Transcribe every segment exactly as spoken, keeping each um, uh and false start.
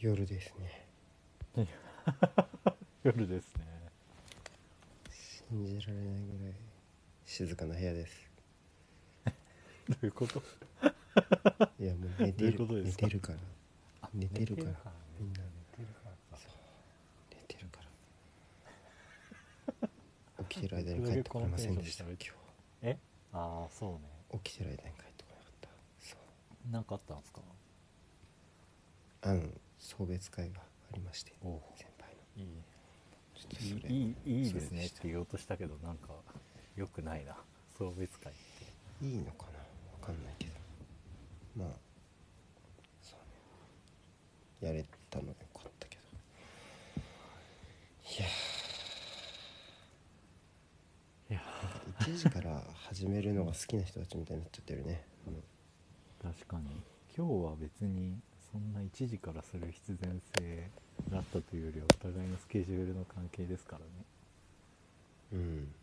夜ですね。 夜ですね。 信じられないぐらい静かな部屋です。 どういうこと？ いやもう寝どういうてることですか？ 寝てるからあ、 寝てるから寝てるからね。 みんな寝てるからか。 寝てるから起きてる間に僕だ帰ってこれけこのテンませんでした。 ションで喋って。 今えああ、そうね。 日起きてる間に帰ってこなかった。そう、 なんかあったんですか？ あの送別会がありまして、 おお、 先輩のいいちょっといそれいいいいいそれですねってでした。 言おうとしたけど、なんか良くないな、送別会って。 いいのかな、わかんないけど、まあそうね、やれたのよかったけど、いやいや、 なんかいちじから始めるのが好きな人たちみたいになっちゃってるね。もう確かに今日は別にそんないちじからする必然性があったというよりは、お互いのスケジュールの関係ですからね。 うん、 うん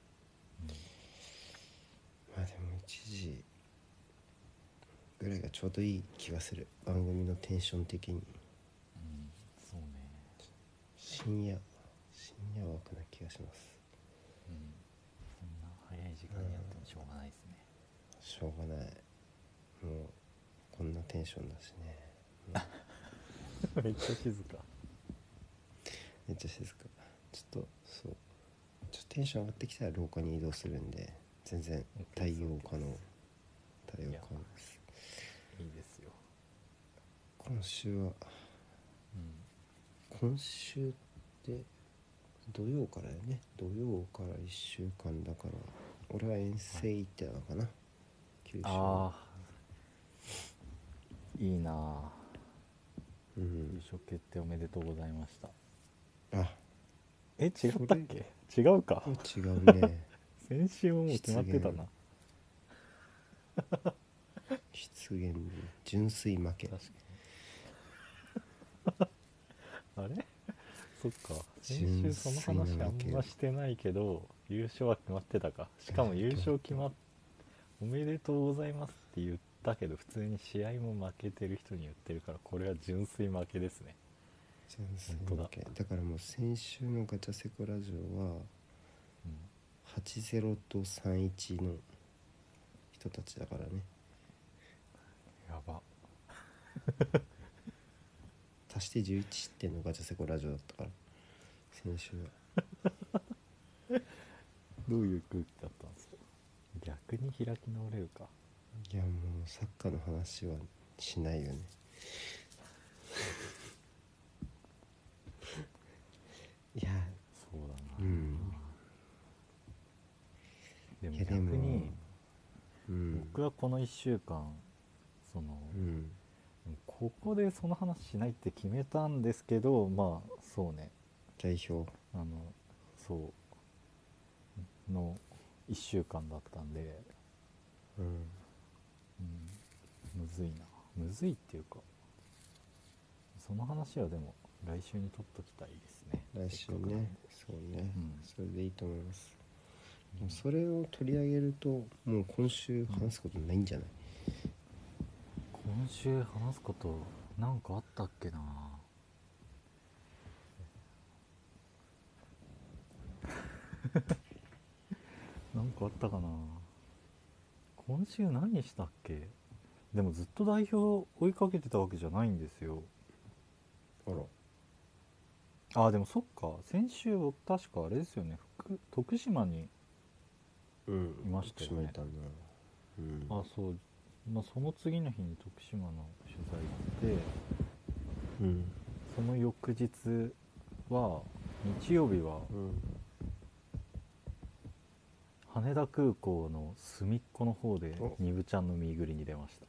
まあでもいちじぐらいがちょうどいい気がする、番組のテンション的に。 うん、そうね。 深夜深夜枠な気がします。 うん、そんな早い時間にやってもしょうがないですね。 しょうがない、もうこんなテンションだしね。もうめっちゃ静か。 めっちゃ静か。ちょっとそうちょっとテンション上がってきたら廊下に移動するんで、全然 OK 対です応可能 OK 対応いや、 可能です。 いいですよ。 今週はうん今週って土曜からだよね。土曜からいっしゅうかんだから、俺は遠はい、 征行ってたのかな、九州に。 ああ、いいなあ。優うん、 勝決定おめでとうございました。 あ、 え、違っそれたっけ？違うか。 は違うね。 先週ももう決ま失言ってたな。 失言、純粋負け。 確かに。あれそっか、先週純その粋な話あん負けよ。 ましてないけど、優勝は決まってたか。しかも優勝決まっおめでとうございますって言ったけど、普通に試合も負けてる人に言ってるから、これは純粋負けですね。 純粋本当だ。 負けだから、もう先週のガチャセコラジオはうん、 はちゼロとさんいちの人たちだからね。 やば。 足してじゅういち失点のガチャセコラジオだったから、先週は。 どういう空気だったんですか？逆に開き直れるか。 いやもうサッカーの話はしないよね。いやそうだな。 うん、 でもいやでも逆にうん僕はこのいっしゅうかん、そのうんここでその話しないって決めたんですけど、まあそうね、 代表あのそうのいっしゅうかんだったんで、 うんうん、むずいな。むずいっていうか、その話はでも来週に取っときたいですね。 来せっかくなんで。 週ね。そうね、 うんそれでいいと思います。でもうんそれを取り上げるともう今週うん、 話すことないんじゃない？ 今週話すことなんかあったっけな。なんかあったかな。今週何したっけ？でもずっと代表追いかけてたわけじゃないんですよ。 あら、 ああ、でもそっか、先週僕確かあれですよね、福徳島にうんいましたよね。 徳島いたな。うんあ、そう、まあ、その次の日に徳島の取材行って、 うんその翌日は、日曜日はうん羽田空港の隅っこの方でお、 ニブちゃんのミーグリに出ました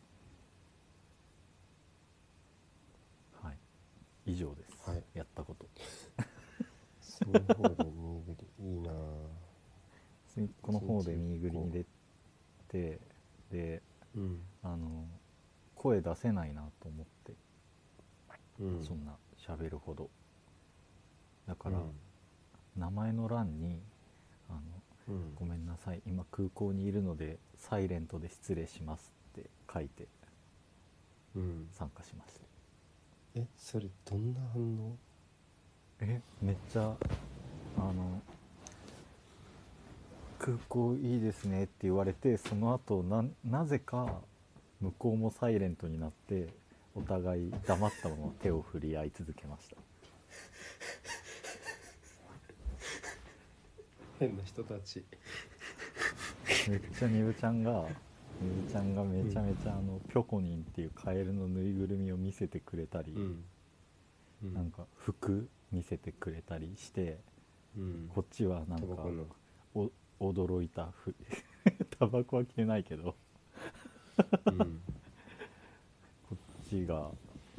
。はい、以上です、 はい、 やったこと。 隅の方でミーグリいいな。 隅っこの方でミーグリに一日一出て、で、 個うんあの声出せないなと思って、 うんそんな喋るほどだからうん名前の欄にあのうんごめんなさい今空港にいるのでサイレントで失礼しますって書いてうん参加しました。 えそれどんな反応？ えめっちゃあの空港いいですねって言われて、その後ななぜか向こうもサイレントになってお互い黙ったまま手を振り合い続けました。 変な人たち。 めっちゃニブちゃんがニブちゃんがめちゃめちゃあのピョコニンっていうカエルのぬいぐるみを見せてくれたり、 うんうんなんか服見せてくれたりして、 うんこっちはなんかタバコのお驚いたふタバコは消えないけど、 うんこっちが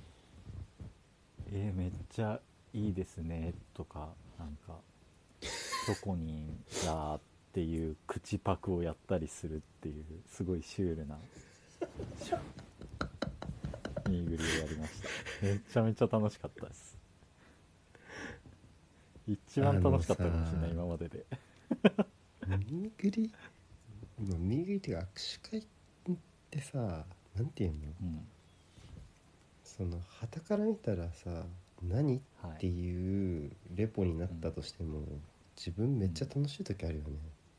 「えー、めっちゃいいですね」とか、なんか「チョコニンだ」っていう口パクをやったりするっていう、すごいシュールなぬいぐるみをやりました。めちゃめちゃ楽しかったです。一番楽しかったかもしれない、 あのさ今までで。 ミーグリ今ミーグリっていうか握手会ってさ、なんていうの、 うんその傍から見たらさ何っはいていうレポになったとしても、自分めっちゃ楽しい時あるよね。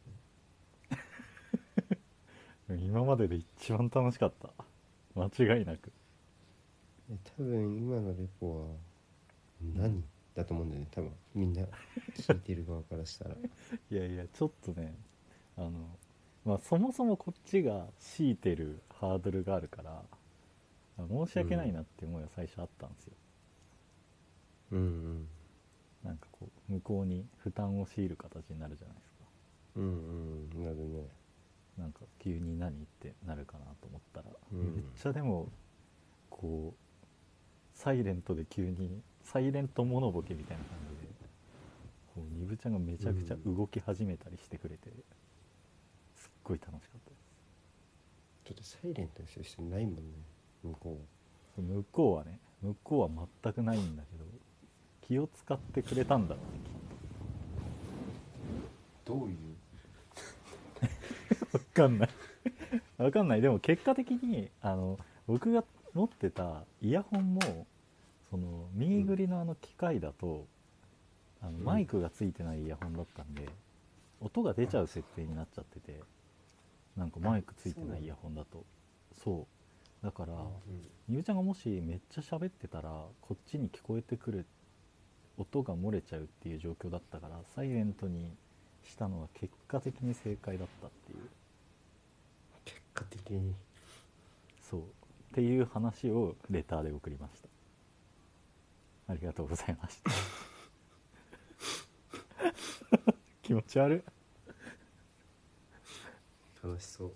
今までで一番楽しかった、間違いなく。 え多分今のレポは何だと思うんだよね、多分みんな聞いてる側からしたら。 いやいや、ちょっとね、あのまあそもそもこっちが強いてるハードルがあるから、申し訳ないなって思いは最初あったんですよ。 うんうんなんかこう向こうに負担を強いる形になるじゃないですか。 うんうんなるね。 なんか急に何ってなるかなと思ったら、 うんめっちゃでもこうサイレントで急にサイレントモノボケみたいな感じで、こうニブちゃんがめちゃくちゃ動き始めたりしてくれて、すっごい楽しかったです。 ちょっとサイレントにする必要ないもんね、向こそう向こうはね、向こうは全くないんだけど、気を使ってくれたんだろうね、きっう。どういうと。分かんない分かんない。でも結果的にあの僕が持ってたイヤホンも、そのミーグリのあの機械だと、あのうんマイクがついてないイヤホンだったんで、音が出ちゃう設定になっちゃってて、なんかマイクついてないイヤホンだと。そうだからみゆちゃんがもしめっちゃ喋ってたらこっちに聞こえてくる音が漏れちゃうっていう状況だったから、サイレントにしたのは結果的に正解だったっていう。 結果的に。 そうっていう話をレターで送りました。ありがとうございました気持ち悪い。 楽しそう。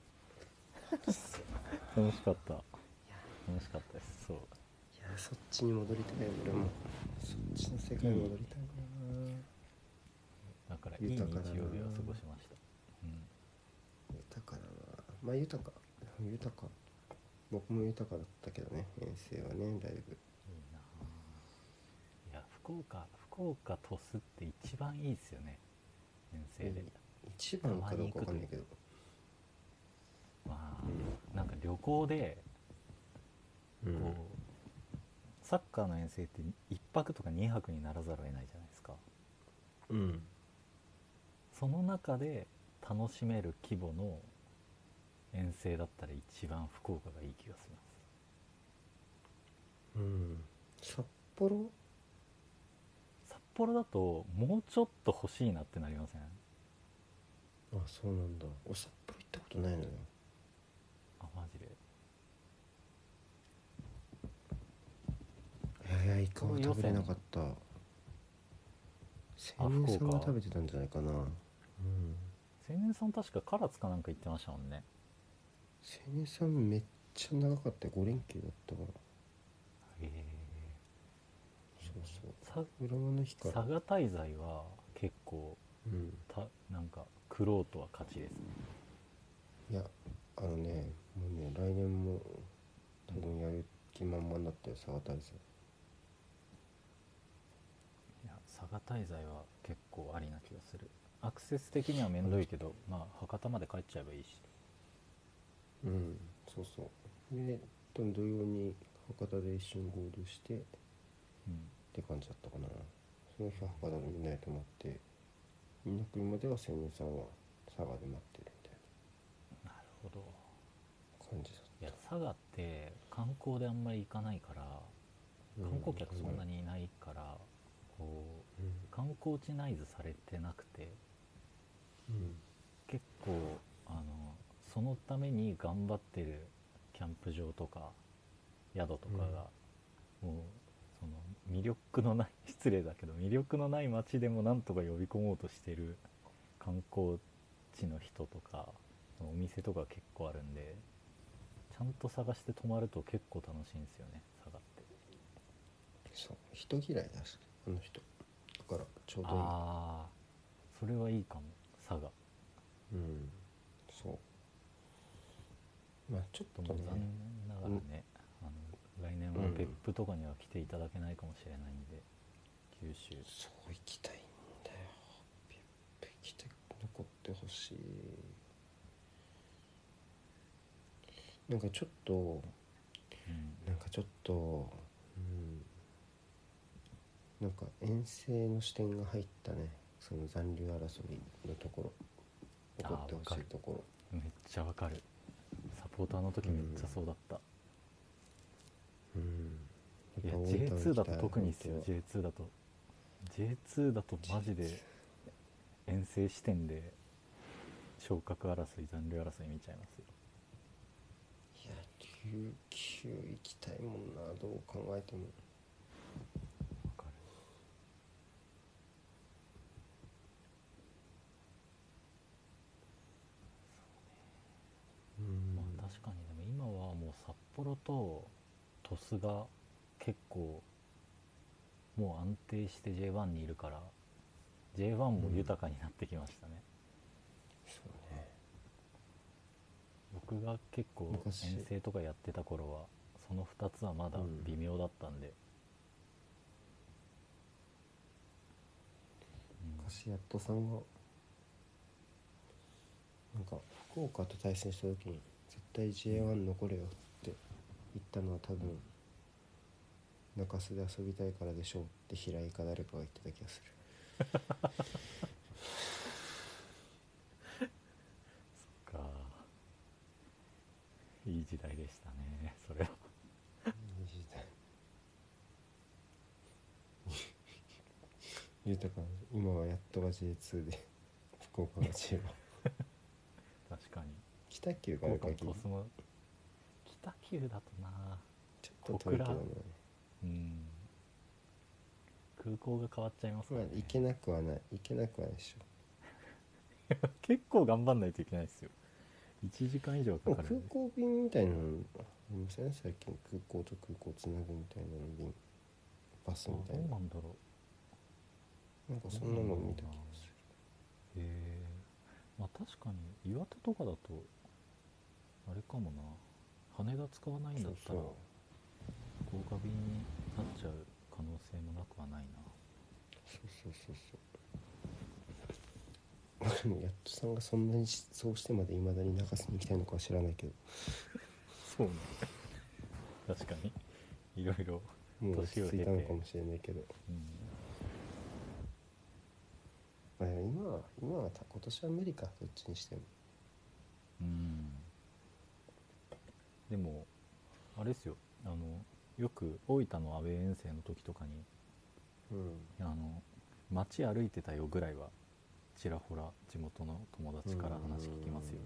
楽しかった楽しかったです。そういやそっちに戻りたいよ俺も。そっちの世界に戻りたいな。 だからいい日曜日を過ごしました。 豊かだな。まあ豊か豊か僕も豊かだったけどね、遠征はねだいぶ。 いいなあ。いや福岡福岡鳥栖って一番いいですよね、遠征で。 一番かどうかわかんないけど、 まあなんか旅行でうんこう、サッカーの遠征っていっぱくとかにはくにならざるを得ないじゃないですか。 うんその中で楽しめる規模の遠征だったら一番福岡がいい気がします。 うん札幌。 札幌だともうちょっと欲しいなってなりません？ あそうなんだ。俺札幌行ったことないのよ。 あマジで。 いやいやイカは食べれなかった。青年さんが食べてたんじゃないかな。うん青年さん確か唐津かなんか行ってましたもんね。 青年さんめっちゃ長かったよ。ご連休だったから。 へえ。 そうさそう浦和の日から。 佐賀滞在は結構うんたなんか苦労とは勝ちですね。 いやあのねもうね来年も多分やる気満々だったよ佐賀大祭。 いや佐賀滞在は結構ありな気がする。アクセス的にはめんどいけど、まあ博多まで帰っちゃえばいいし。 うんそうそうで土曜に博多で一瞬合流してっうんて感じだったかな。その日は博多でみんなで泊まって、みんな車では千人さんは佐賀で待ってるみたいなるほど。 な感じだっいや佐賀って観光であんまり行かないから、 た。 観光客そんなに。 にいないから、こうんう観光地内図されてなくて、 うん結構あのそのために頑張ってるキャンプ場とか宿とかが、もうその魅力のない失礼だけど魅力のない街でもなんとか呼び込もうとしてる観光地の人とかお店とか結構あるんで、ちゃんと探して泊まると結構楽しいんですよね、佐賀って。 そう、人嫌いだしあの人だからちょうどいい。 ああ、それはいいかも。佐賀うんそう、まあちょっとね、 とも残念ながらね、あの来年は別府とかには来ていただけないかもしれないんで、九州。 そう行きたいんだよ。別府行きて残ってほしい。なんかちょっとうんなんかちょっとうんなんか遠征の視点が入ったね、その残留争いのところ、起こってほしいところ。 めっちゃわかる。サポーターの時めっちゃそうだった、 うんいややっぱ大分ジェイツー だと行きたい特にっすよ。 本当は。 ジェイツー だと ジェイツー だとマジで遠征視点で昇格争い残留争い見ちゃいますよ。 いや琉球行きたいもんな、どう考えても。 わかる。 うんまあ確かに、でも今はもう札幌と鳥栖が結構もう安定して ジェイワン にいるから ジェイワン も豊かになってきましたね、 そうね。 僕が結構昔遠征とかやってた頃はそのふたつはまだ微妙だったんで、 昔やっとさんがなんか福岡と対戦した時に絶対 ジェイワン 残れよって言ったのは多分中洲で遊びたいからでしょうって平井か誰かが言ってた気がする。 かいい時代でしたねそれは。 いい時代豊かな、今はやっとが ジェイツー で福岡が ジェイワン確かに北九が福岡ある限りも鳥栖も北九だとな、 ちょっと遠いけどね。 うん空港が変わっちゃいますからね、 まあ行けなくはない行けなくはないでしょ。 結構頑張んないといけないですよ。いちじかん以上でも空かかるんで。 港便みたいなのありません最近、空港と空港つなぐみたいなの便、バスあみたいな、 どうなんだろなんかそんなの見た気がすう。へえ。まあ確かに岩手とかだとあれかもな、羽田使わないんる。 だったらそうそう豪華便になっちゃう可能性もなくはないな。 そうそうそうそうでもやっとさんがそんなにそうしてまでいまだに中洲に行きたいのかは知らないけど、 そうね確かにいろいろもう落ち着いたの年を経てかもしれないけど、 うんまあ、今は今はた今年は無理か、どっちにしても。 うんでもあれですよ、あのよく大分のアウェー遠征の時とかにうんあの街歩いてたよぐらいはちらほら地元の友達から話聞きますよ。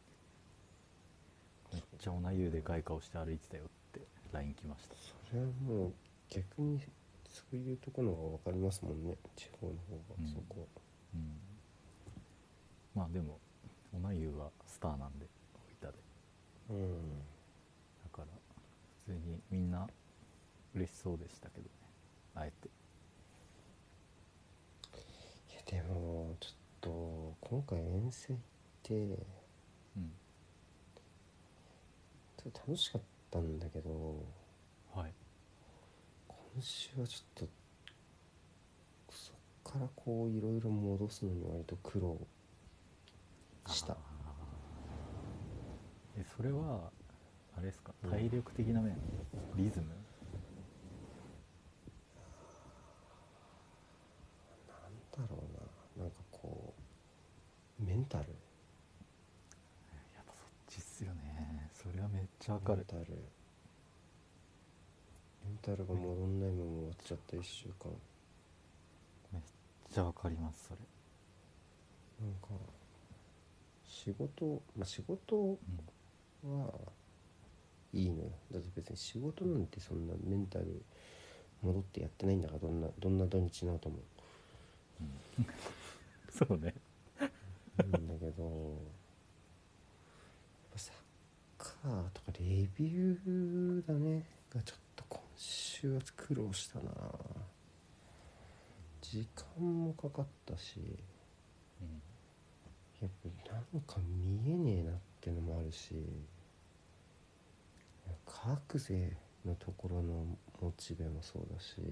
めっちゃオナユーでかい顔して歩いてたよって ライン 来ました。 それはもう逆にそういうところの方が分かりますもんね、地方の方が、 うんそこは。 うんまあでもオナユーはスターなんで大分で、 うんだから普通にみんな嬉しそうでしたけどね、あえて。 いやでもちょっと今回遠征行ってうんちょっと楽しかったんだけど、 はい今週はちょっとそっからこういろいろ戻すのに割と苦労した。 えそれはあれですか、 うん体力的な面、リズム。 なんだろうな、なんかこうメンタルやっぱそっちっすよね。それはめっちゃわかる。 メンタルメンタルが戻んないまま終わっちゃったいっしゅうかん。 めっちゃわかりますそれ。 なんか仕事、まあ、仕事はいいのよ。だって別に仕事なんてそんなメンタル戻ってやってないんだから、どんなどんな土日の後も。 そうね。 なんだけど、やっぱサッカーとかレビューだねがちょっと今週は苦労したな。時間もかかったし、やっぱなんか見えねえなってのもあるし、各税のところのモチベもそうだし、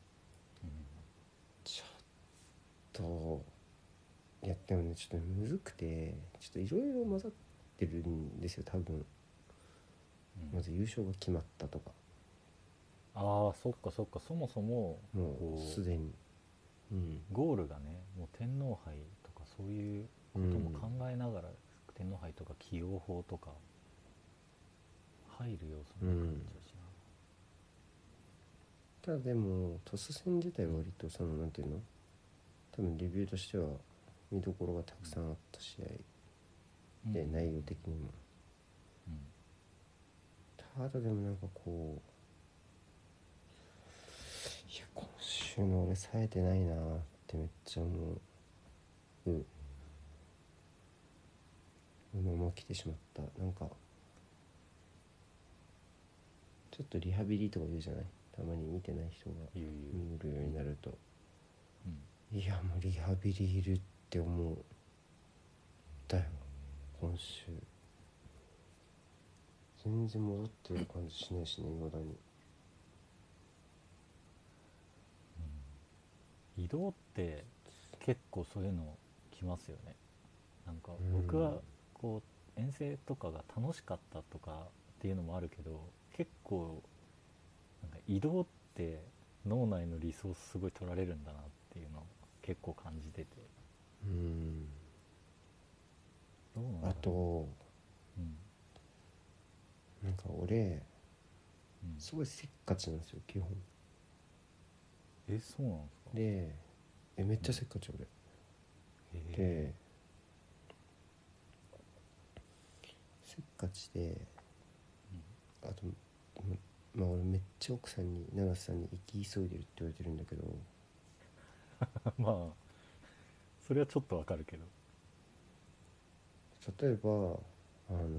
ちょっといやでもね、ちょっとむずくて、ちょっといろいろ混ざってるんですよ多分。まず優勝が決まったとか、 ああそっかそっか、そもそももこうすでに、うん、 ゴールがね、もう天皇杯とかそういうことも考えながら、天皇杯とか起用法とか入る要素もなくなっちゃうしただでも鳥栖戦自体は割とそのなんていうの、多分レビューとしては見どころがたくさんあった試合な。 で、 うん内容的にも。 うんただでもなんかこう、いや今週の俺冴えてないなってめっちゃ思うのまま来てしまった。なんかちょっとリハビリとか言うじゃない、たまに見てない人が言う見るようになると、 言う、 いやもうリハビリいるって思うだよ今週。全然戻ってる感じしないしね、未だに。 うん、移動って結構そういうのきますよね。なんかうん僕はこう遠征とかが楽しかったとかっていうのもあるけど、結構なんか移動って脳内のリソースすごい取られるんだなっていうのを結構感じてて。 うんどうなんだろう。 あとうんなんか俺うん、 すごいせっかちなんですよ基本えそうなんですか。 で。えめっちゃせっかち俺、 へでせっかちで、あとまあ俺めっちゃ奥さんに七瀬さんに行き急いでるって言われてるんだけど、 えまあそれはちょっとわかるけど。 例えばあの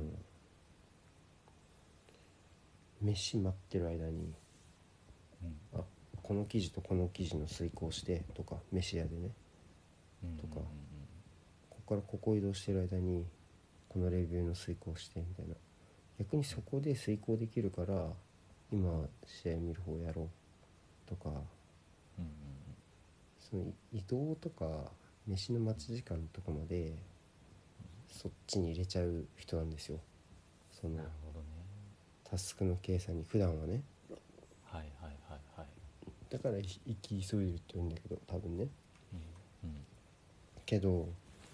飯待ってる間に、 うんあこの生地とこの生地の遂行してとか、飯屋でねうんとか、 うんここからここ移動してる間にこのレビューの遂行してみたいな、逆にそこで遂行できるから今試合見る方やろうとか、 うんうんその移動とか飯の待ち時間とかまでそっちに入れちゃう人なんですよ。そのうん、なるほどね。 タスクの計算に普段はね。 はいはいはいはい。 だから行き急いでるって言うんだけど多分ね。 うんうんけど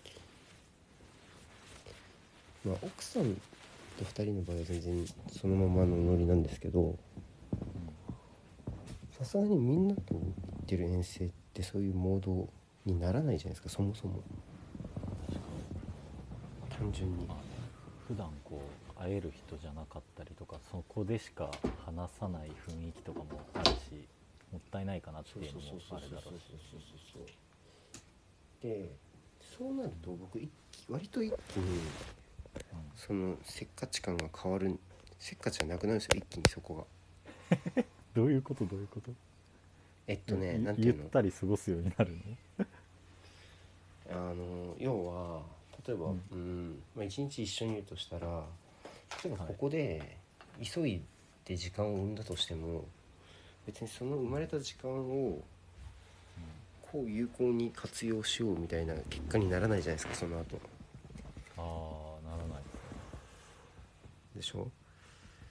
まあ奥さんとふたりの場合は全然そのままのノリなんですけど、さすがにみんなと行ってる遠征ってそういうモードにならないじゃないですか、そもそも。単純にまあね、普段こう会える人じゃなかったりとか、そこでしか話さない雰囲気とかもあるし、もったいないかなっていうのもあるだろうし。 でそうなると僕一気割と一気にそのせっかち感が変わる、せっかちがなくなるんですよ一気にそこが。 どういうことどういうこと？ えっとねゆなんていうの、 ゆったり過ごすようになるの？ あの要は例えば、 うんうんまあ、一日一緒にいるとしたら、例えばはいここで急いで時間を生んだとしても、別にその生まれた時間をこう有効に活用しようみたいな結果にならないじゃないですか、その後ああならない。 でしょ。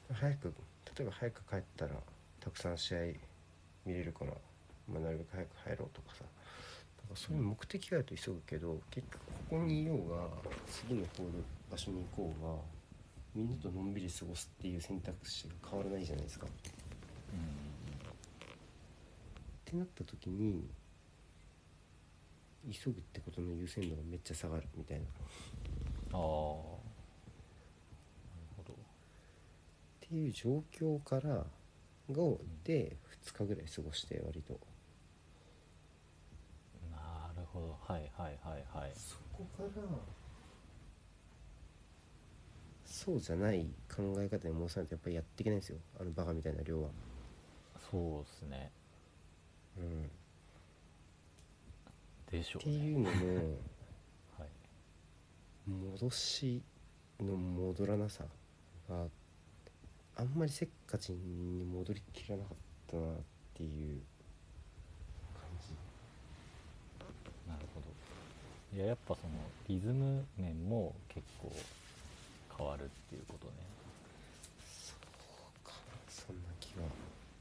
早く例えば早く帰ったらたくさん試合見れるから、まあ、なるべく早く入ろうとかさ、だからそういう目的があると急ぐけど、結局ここにいようが次のホール場所に行こうがみんなとのんびり過ごすっていう選択肢が変わらないじゃないですか。ってなった時に急ぐってことの優先度がめっちゃ下がるみたいな。 ああ、なるほど。 っていう状況からがでふつかぐらい過ごして割と。 なるほど、はいはいはいはい。 そこからそうじゃない考え方に戻さないとやっぱりやっていけないんですよ、あのバカみたいな量は。 そうっすね。 うん、っでしょうね。 ていうのもはい。 戻しの戻らなさがあんまりせっかちに戻りきらなかったなっていう感じ。 なるほど。いや、やっぱそのリズム面も結構変わるっていうことね。 そうか、そんな気が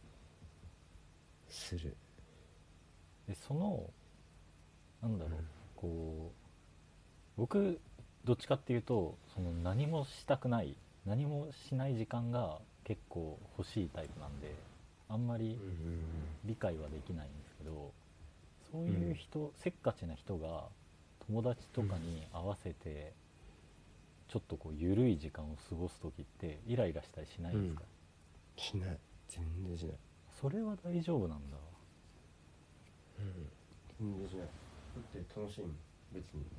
する。 でそのなんだろう、 うんこう僕どっちかっていうとその何もしたくない何もしない時間が結構欲しいタイプなんで、あんまりうん理解はできないんですけど、そううんうんいう人、せっかちな人が友達とかに合わせてちょっとこう緩い時間を過ごす時ってイライラしたりしないうん、 ですか？ しない、全然しない。 それは大丈夫なんだ。 うん、全然しない。だって楽しいもん別に。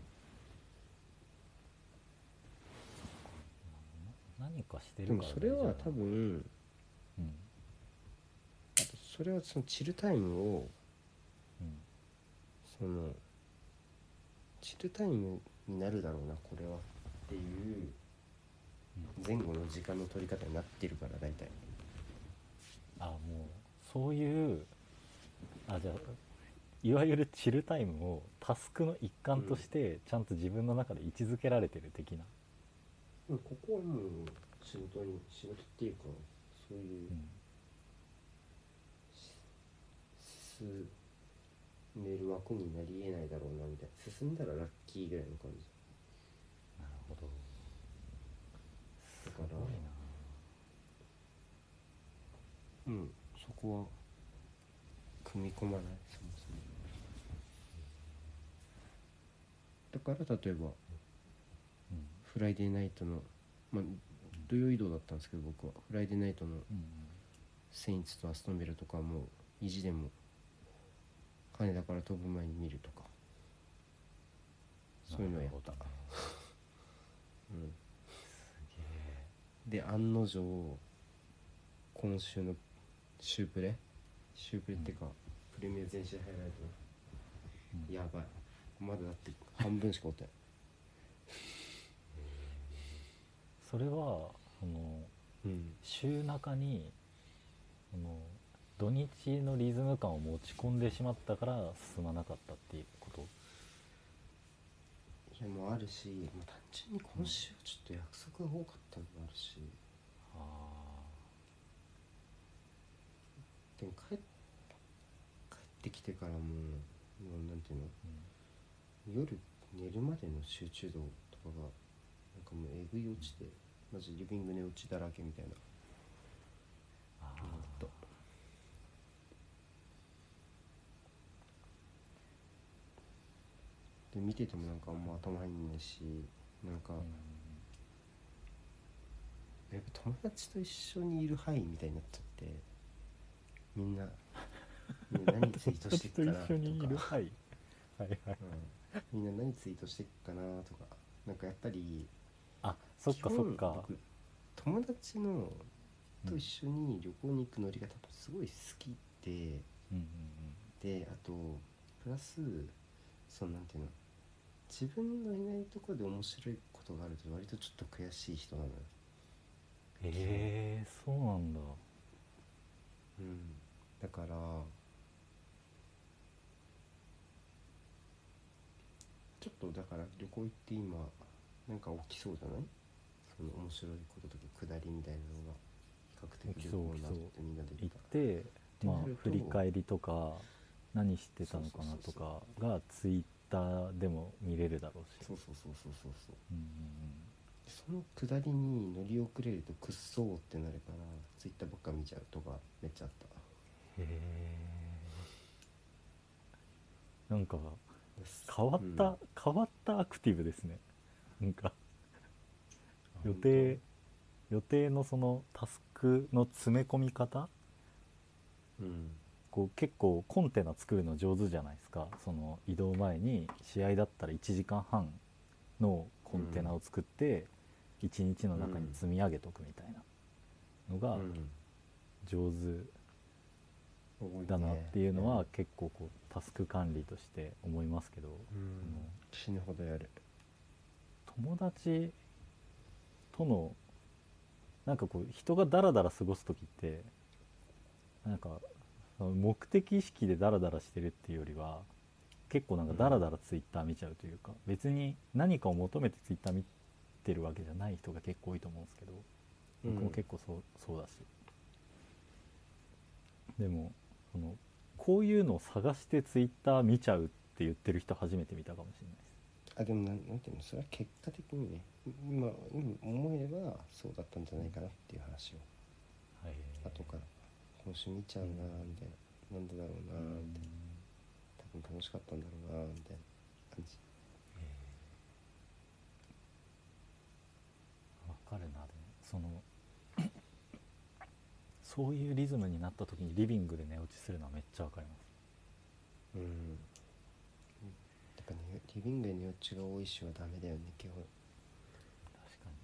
何かしてでもるからそれは大丈夫なのか。 多分、 うんあとそれはそのチルタイムをうんそのチルタイムになるだろうなこれはっていう前後の時間の取り方になってるから大体。 あ、もうそういう、あ、じゃあいわゆるチルタイムをタスクの一環としてちゃんと自分の中で位置づけられてる的な。 うん、ここはもう仕事に仕事っていうかそういううん進める枠になりえないだろうなみたいな、進んだらラッキーぐらいの感じなるほど。 だから。 すごいな。 うん、そこは組み込まない、そもそも。だから例えばうんフライデーナイトの、まあ、土曜移動だったんですけど僕はフライデーナイトのうんセインツとアストンビラとかも意地でも羽田から飛ぶ前に見るとかそういうのをやった、 なるほどね。 うん、 すげえ。 で案の定今週のシュープレシュープレってか、プレミア全試合ハイライト、 うんやばい、まだだって半分しかおってない。 それはそのうん週中にその土日のリズム感を持ち込んでしまったから進まなかったっていうこと？ いやもうあるし、まあ、単純に今週はちょっと約束が多かったのもあるし、 あでも帰っ帰ってきてからももうなんていうの、夜寝るまでの集中度とかがなんかもうえぐい落ちて、マジリビング寝落ちだらけみたいなああのだった。で見ててもなんかあんま頭入んないし、なんかー、うんやっぱ友達と一緒にいる範囲みたいになっちゃって、みんなみんな何ツイートしてっかなとか、 友達と一緒にいる、はい、はいはい。 うん、みんな何ツイートしてっかなとか、なんかやっぱりあ、そっかそっか。 僕友達のうんと一緒に旅行に行くノリが多分すごい好きで、 うんうんであとプラスそのなんていうの、自分のいないところで面白いことがあると割とちょっと悔しい人なのよ。 うん。ええー、そうなんだ。 うん、だからちょっとだから旅行行って今なんか起きそうじゃない、その面白いこととか下りみたいなのが。 確定来そう来そうみんなで行っ行ったらて、まあってなると振り返りとか何してたのかなとかがツイッターでも見れるだろうし、 そうそうそうそうそうそう、 うんうんその下りに乗り遅れるとくっそーってなるからツイッターばっか見ちゃうとかめっちゃあった。 うん、へえ、なんか変わった、 うん、 変わったアクティブですね。なんかあ予定予定のそのタスクの詰め込み方、 本当、うんこう結構コンテナ作るの上手じゃないですか。その移動前に試合だったらいちじかんはんのコンテナを作っていちにちの中に積み上げとくみたいなのがうん、 上手多いね。 だなっていうのやる、 は結構こうタスク管理として思いますけど、 うん死ぬほどやる。 その友達とのなんかこう人がダラダラ過ごす時ってなんかその目的意識でダラダラしてるっていうよりは結構なんかダラダラツイッター見ちゃうというか、別に何かを求めてツイッター見てるわけじゃない人が結構多いと思うんですけど、僕も結構そう、そうだし、でもそのこういうのを探してツイッター見ちゃうって言ってる人初めて見たかもしれないです。 あでもなんなんていうの、それは結果的にね、今今思えばそうだったんじゃないかなっていう話をはい、 後から今週見ちゃうなーみたいな、なんでだろうなーみたいな、多分楽しかったんだろうなーみたいな感じ。 わかるな。でもそのそういうリズムになった時にリビングで寝落ちするのはめっちゃわかります。 うん、やっぱねリビングで寝落ちが多いしはダメだよね基本。 確かに。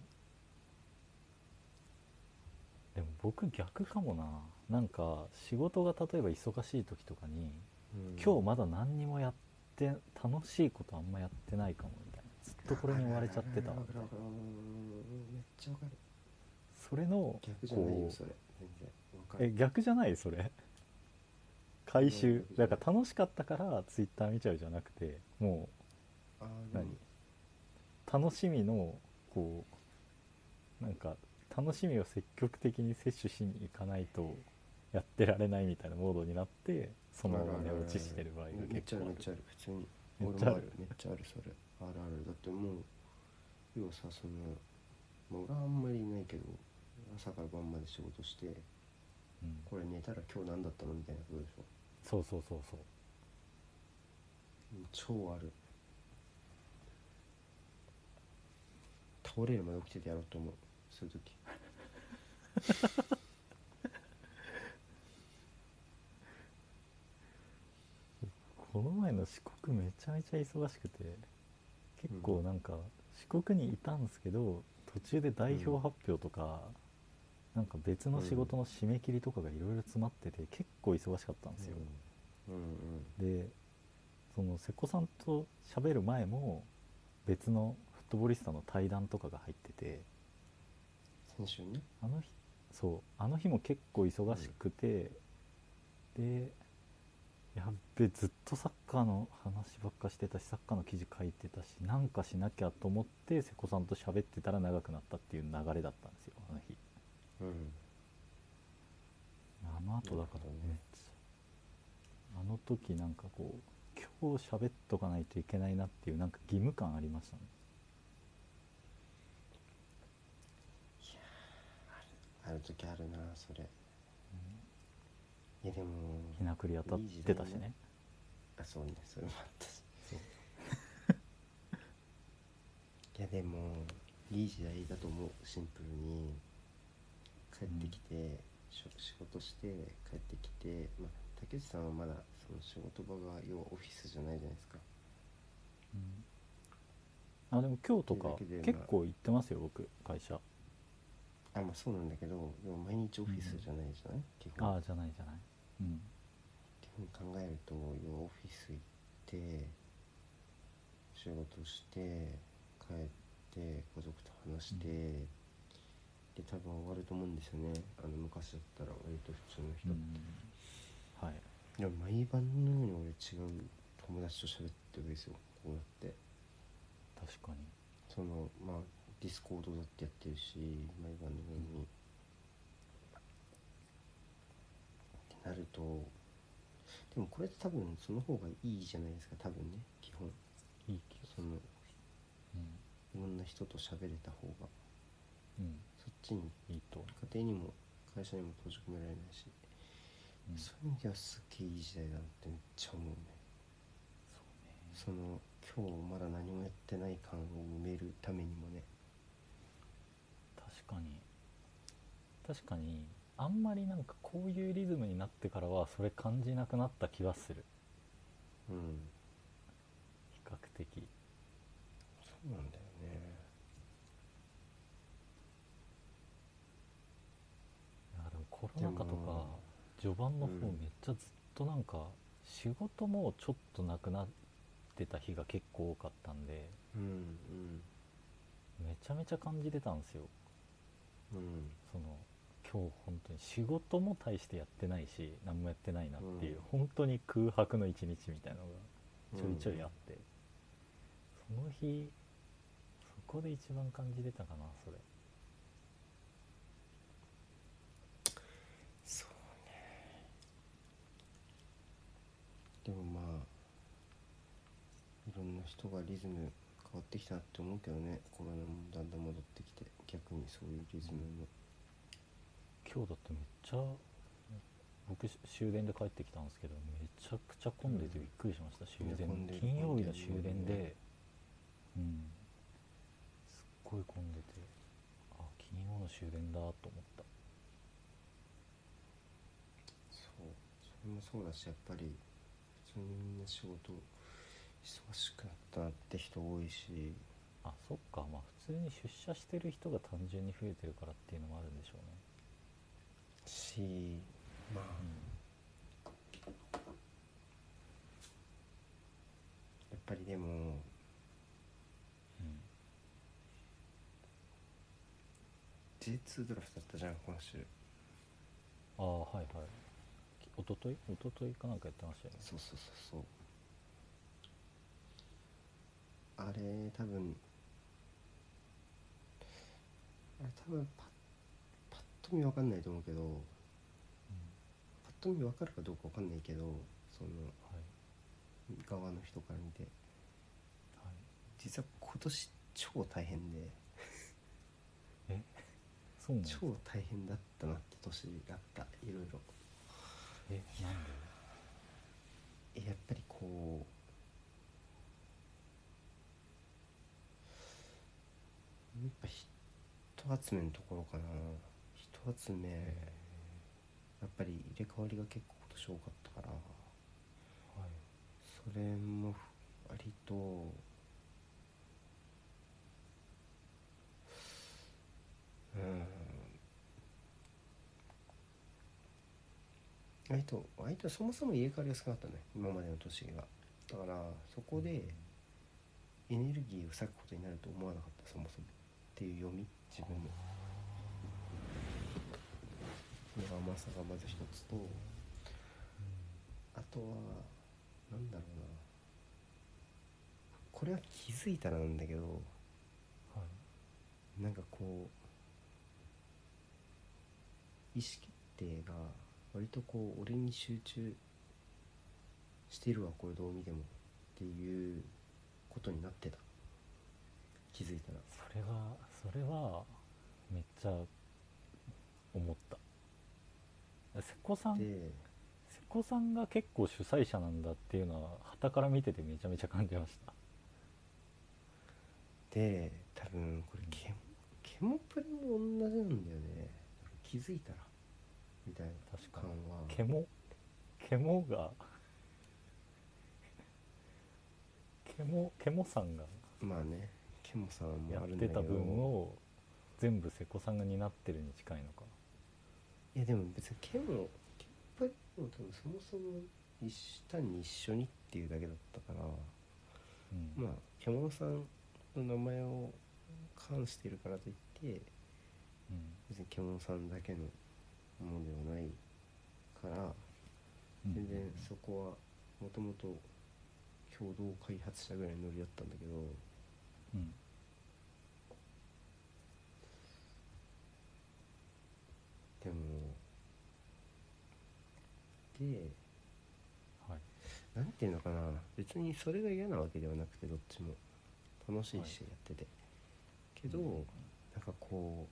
でも僕逆かもな。なんか仕事が例えば忙しい時とかに、 うん、 今日まだ何にもやって楽しいことあんまやってないかもみたいな、ずっとこれに追われちゃってたわみたいな、 めっちゃわかる。 それの逆じゃないよこう、 それ、全然わかる。 え逆じゃないそれ、回収だから楽しかったからツイッター見ちゃうじゃなくて、もあうーでも何、楽しみのこうなんか楽しみを積極的に摂取しに行かないとやってられないみたいなモードになってそのまま寝落ちしてる場合がめっちゃあ結構ある。 るめっちゃある普通に。 めっちゃある。 俺もある、めっちゃあるそれ。あるある。だってもう要はさ、その、まあ、俺はあんまりいないけど朝から晩まで仕事して、 うん、 これ寝たら今日何だったのみたいなことでしょ。 そうそうそうそう。 超ある。倒れるまで起きててやろうと思うそういう時。 この前の四国めちゃめちゃ忙しくて、結構なんか四国にいたんですけど途中で代表発表とか、なんか別の仕事の締め切りとかがいろいろ詰まってて結構忙しかったんですよ。 うんうんでその瀬古さんと喋る前も別のフットボリスタの対談とかが入ってて、 先週ね。 あの日そうあの日も結構忙しくて、うん、でやっべずっとサッカーの話ばっかしてたしサッカーの記事書いてたしなんかしなきゃと思って瀬古さんと喋ってたら長くなったっていう流れだったんですよあの日。 うんあの後だからめっちゃ、あの時なんかこう今日喋っとかないといけないなっていうなんか義務感ありましたね。 ある時あるなそれ。いやでもひなくり当たってたしね。 あそうね、それもあったし。 そういやでもいい時代だと思う。シンプルに帰ってきて、うん、仕事して帰ってきて、まあ、竹内さんはまだその仕事場が要はオフィスじゃないじゃないですか。 うん、あでも今日とか結構行ってますよ、まあ、僕会社。 あまあそうなんだけどでも毎日オフィスじゃないじゃない、うん、基本。 ああじゃないじゃない。うん。 っていうふうに考えると要はオフィス行って仕事して帰って家族と話して、うん、で多分終わると思うんですよね。あの昔だったら割と普通の人って、 うん、はい。 でも毎晩のように俺違う友達と喋ってるわけですよ。こうやって確かにそのまあディスコードだってやってるし毎晩のように、 なると、でもこれって多分その方がいいじゃないですか、多分ね、基本いい気がする。 そのうんいろんな人と喋れた方が、 うんそっちにいいと思家庭にも会社にも閉じ込められないし、 う。うん、 そういう意味ではすっげえいい時代だなってめっちゃ思うね。 そうね。 その今日まだ何もやってない感を埋めるためにもね。 確かに確かにあんまりなんかこういうリズムになってからはそれ感じなくなった気はする。 うん比較的。 そうなんだよね。 いやでもコロでナ禍とかも序盤のうん方めっちゃずっとなんか仕事もちょっとなくなってた日が結構多かったんで、 うんめちゃめちゃ感じてたんですよ。 うんうんその今日本当に仕事も大してやってないし何もやってないなっていう、 うん本当に空白の一日みたいなのがちょいちょいあっうんて、その日そこで一番感じてたかなそれ。 そうでもまあいろんな人がリズム変わってきたなって思うけどね、コロナもだんだん戻ってきて逆にそういうリズムも。 今日だってめっちゃ僕終電で帰ってきたんですけどめちゃくちゃ混んでてびっくりしました。終電、 混んでる金曜日の混んでる終電で、うんすっごい混んでて、あ金曜の終電だと思った。 そうそれもそうだし、やっぱり普通にみんな仕事忙しくなったなって人多いし、 あそっか、まあ普通に出社してる人が単純に増えてるからっていうのもあるんでしょうね。 しまあやっぱりでもうん、うん、 ジェイツー ドラフトだったじゃん今週。 ああはいはい、おとといおとといかなんかやってましたよね。 そうそうそうそう、あれ多分あれ多分パッパッと見分かんないと思うけど、 うん、 パッと見分かるかどうか分かんないけど、そのはい側の人から見てはい。 実は今年超大変で、 えそうなんですか。 超大変だったなって年だった。いろいろえなんで。 えやっぱりこうやっぱ人集めのところかな。人集めやっぱり入れ替わりが結構今年多かったから、 はいそれも割とうん割と割とそもそも入れ替わりが少なかったね今までの年が。だからそこでエネルギーを割くことになると思わなかった、そもそもっていう読み、自分のその甘さがまず一つと、あとはなんだろうな、これは気づいたらなんだけど、 はいなんかこう意思決定が割とこう俺に集中してるわ、これどう見てもっていうことになってた、気づいたら。 それはそれはめっちゃ思った。瀬古さんで瀬古さんが結構主催者なんだっていうのは傍から見ててめちゃめちゃ感じました。 で多分これケモケモプリも同じなんだよね、気づいたらみたいな確か感は。 にケモケモがケモケモさんがまあね、ケモさんもやっあるんだけど、 てた分を全部瀬古さんが担ってるに近いのか。 いやでも別にケモケモプリも多分そもそも一単に一緒にっていうだけだったから、 うんまあケモさんの名前を冠しているからといってうん別にケモさんだけのものではないからうん全然そこはもともと共同開発したぐらいのノリだったんだけど、 うんでもではいなんていうのかな、別にそれが嫌なわけではなくてどっちも楽しいしやってて、けど、 うんなんかこ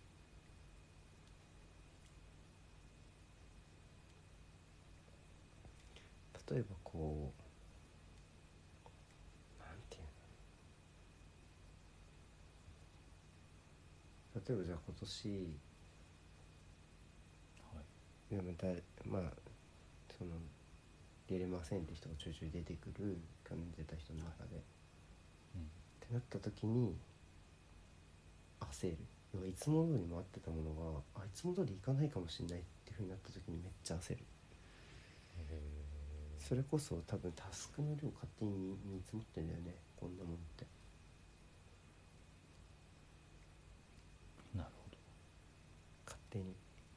う例えばこうなんていうの、例えばじゃあ今年はいでもだまあその出れませんって人がちょいちょい出てくる、去年出た人の中で、 うんってなった時に焦る。要はいつも通り回ってたものがあいつも通りいかないかもしれないっていう風になった時にめっちゃ焦る。 へそれこそ多分タスクの量勝手に見積もってんだよね、こんなもんって。 えなるほど。 勝手に。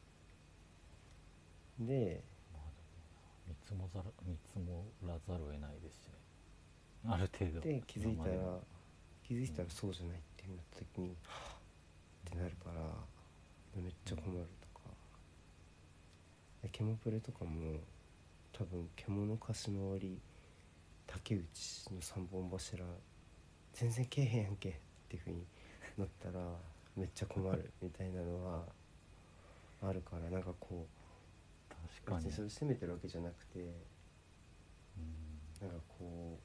でまあでも見積もざる見積もらざるを得ないですしね、ある程度。 で気づいたら今までの気づいたらそうじゃないっていう風になった時に、はぁってなるからめっちゃ困るとか、でケモプレとかも多分獣貸し回り竹内の三本柱全然けえへんやんけっていう風になったらめっちゃ困るみたいなのはあるから、なんかこう確かに。 別にそれ責めてるわけじゃなくて、 うんなんかこ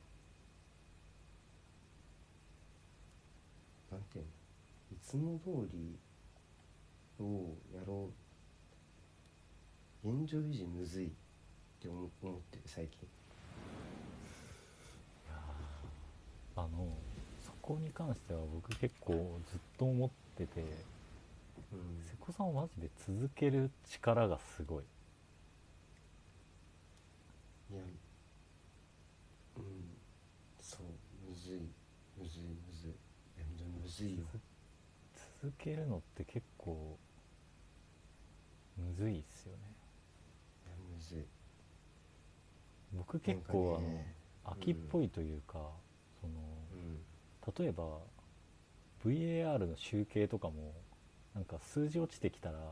うなんていうの、いつも通りをやろう、現状維持むずいって思思ってる最近。 いやーあのそこに関しては僕結構ずっと思ってて、 うん瀬古さんはマジで続ける力がすごい。 いやうんそうむずいむずいむずい、いやむずいよ。 続けるのって結構むずいっすよね。 いやむずい。 僕結なんか構ねあの秋っぽいというか、そのうん例えば ブイエーアール の集計とかもなんか数字落ちてきたら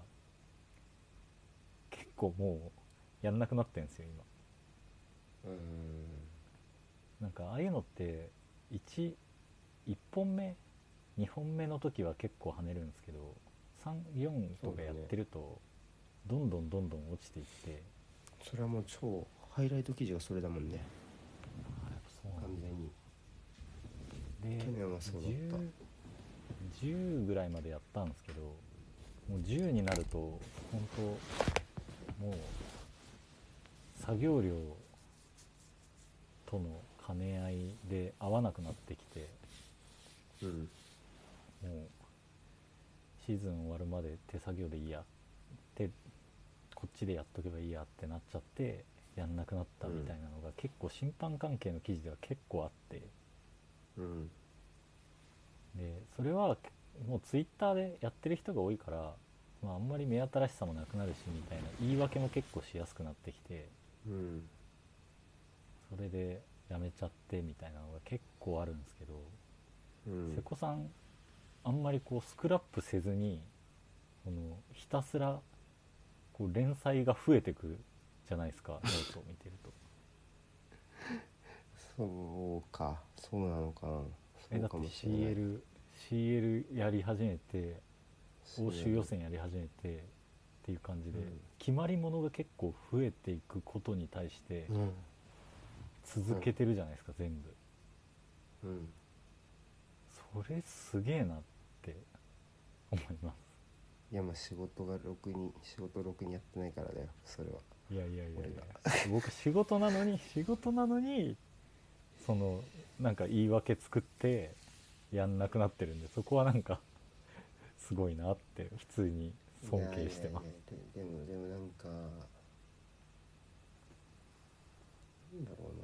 結構もうやんなくなってんですよ今。 うんなんかああいうのって 1, いっぽんめにほんめの時は結構跳ねるんですけどさん、よんとかやってるとどんどんどんどん落ちていって、 それはもう超ハイライト記事がそれだもんね、 あやっぱそうなんだ。 完全に。 で去年はそうだった。 じゅう, じゅうぐらいまでやったんですけど、もうじゅうになると本当もう作業量との兼ね合いで合わなくなってきて、 うんもうシーズン終わるまで手作業でいいやってこっちでやっとけばいいやってなっちゃってやんなくなったみたいなのが結構審判関係の記事では結構あって、 うんでそれはもうツイッターでやってる人が多いから、まあ、あんまり目新しさもなくなるしみたいな言い訳も結構しやすくなってきて、 うんそれでやめちゃってみたいなのが結構あるんですけど、 うん瀬古さんあんまりこうスクラップせずにこのひたすらこう連載が増えてくじゃないですかノートを見てると。 そうか、そうなのかな。そうかえだってもしれない。 CL, CL やり始めて欧州予選やり始めてっていう感じで、 うん決まり物が結構増えていくことに対してうん続けてるじゃないですか、全部。 うんそれすげえなって思います。 いやまあ仕事がろくに仕事ろくにやってないからだよそれは。 いやいやいやい俺やが僕仕事なのに仕事なのにそのなんか言い訳作ってやんなくなってるんで、そこはなんかすごいなって普通に尊敬してます。 いやいやいやででもでもなんかなんだろうな、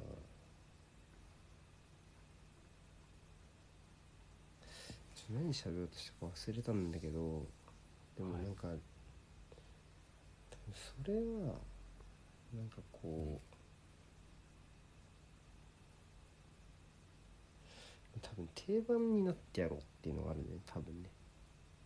ちょ何喋ろうとしたか忘れたんだけど、でもなんか、多分それはなんかこう多分定番になってやろうっていうのがあるね多分ね。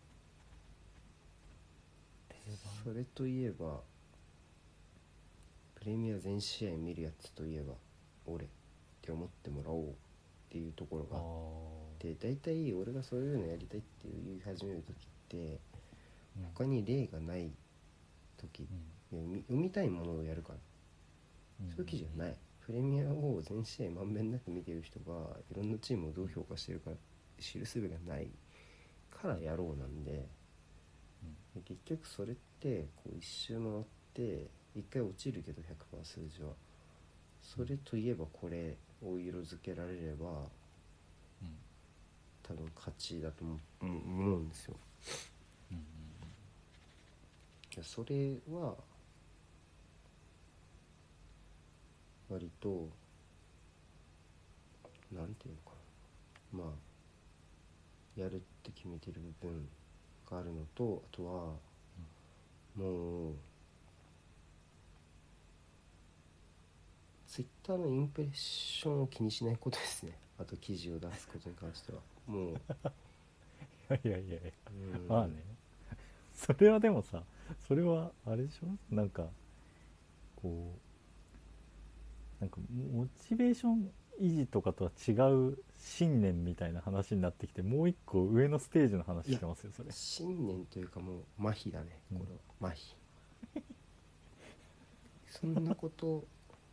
定番それといえばプレミア全試合見るやつといえば俺って思ってもらおうっていうところがあってだいたい俺がそういうのやりたいって言い始める時って他に例がない時、うん、読み、読みたいものをやるから、うん、そういう記事はない。プレミアを全試合まんべんなく見てる人がいろんなチームをどう評価してるか知る術がないからやろうなんで、うん、結局それってこう一周回って一回落ちるけど ひゃくパーセント 数字はそれといえばこれを色付けられれば、うん、多分勝ちだと思うんですよ、うんうんうん、それは割となんていうのかな、まあやるって決めてる部分があるのと、あとは、うん、もうツイッターのインプレッションを気にしないことですね。あと記事を出すことに関してはもういやいやいや、うん、まあねそれはでもさそれはあれでしょ、なんかこうなんかモチベーション維持とかとは違う信念みたいな話になってきて、もう一個上のステージの話してますよそれ。 信念というかもう麻痺だね、これは、うん、麻痺そんなこと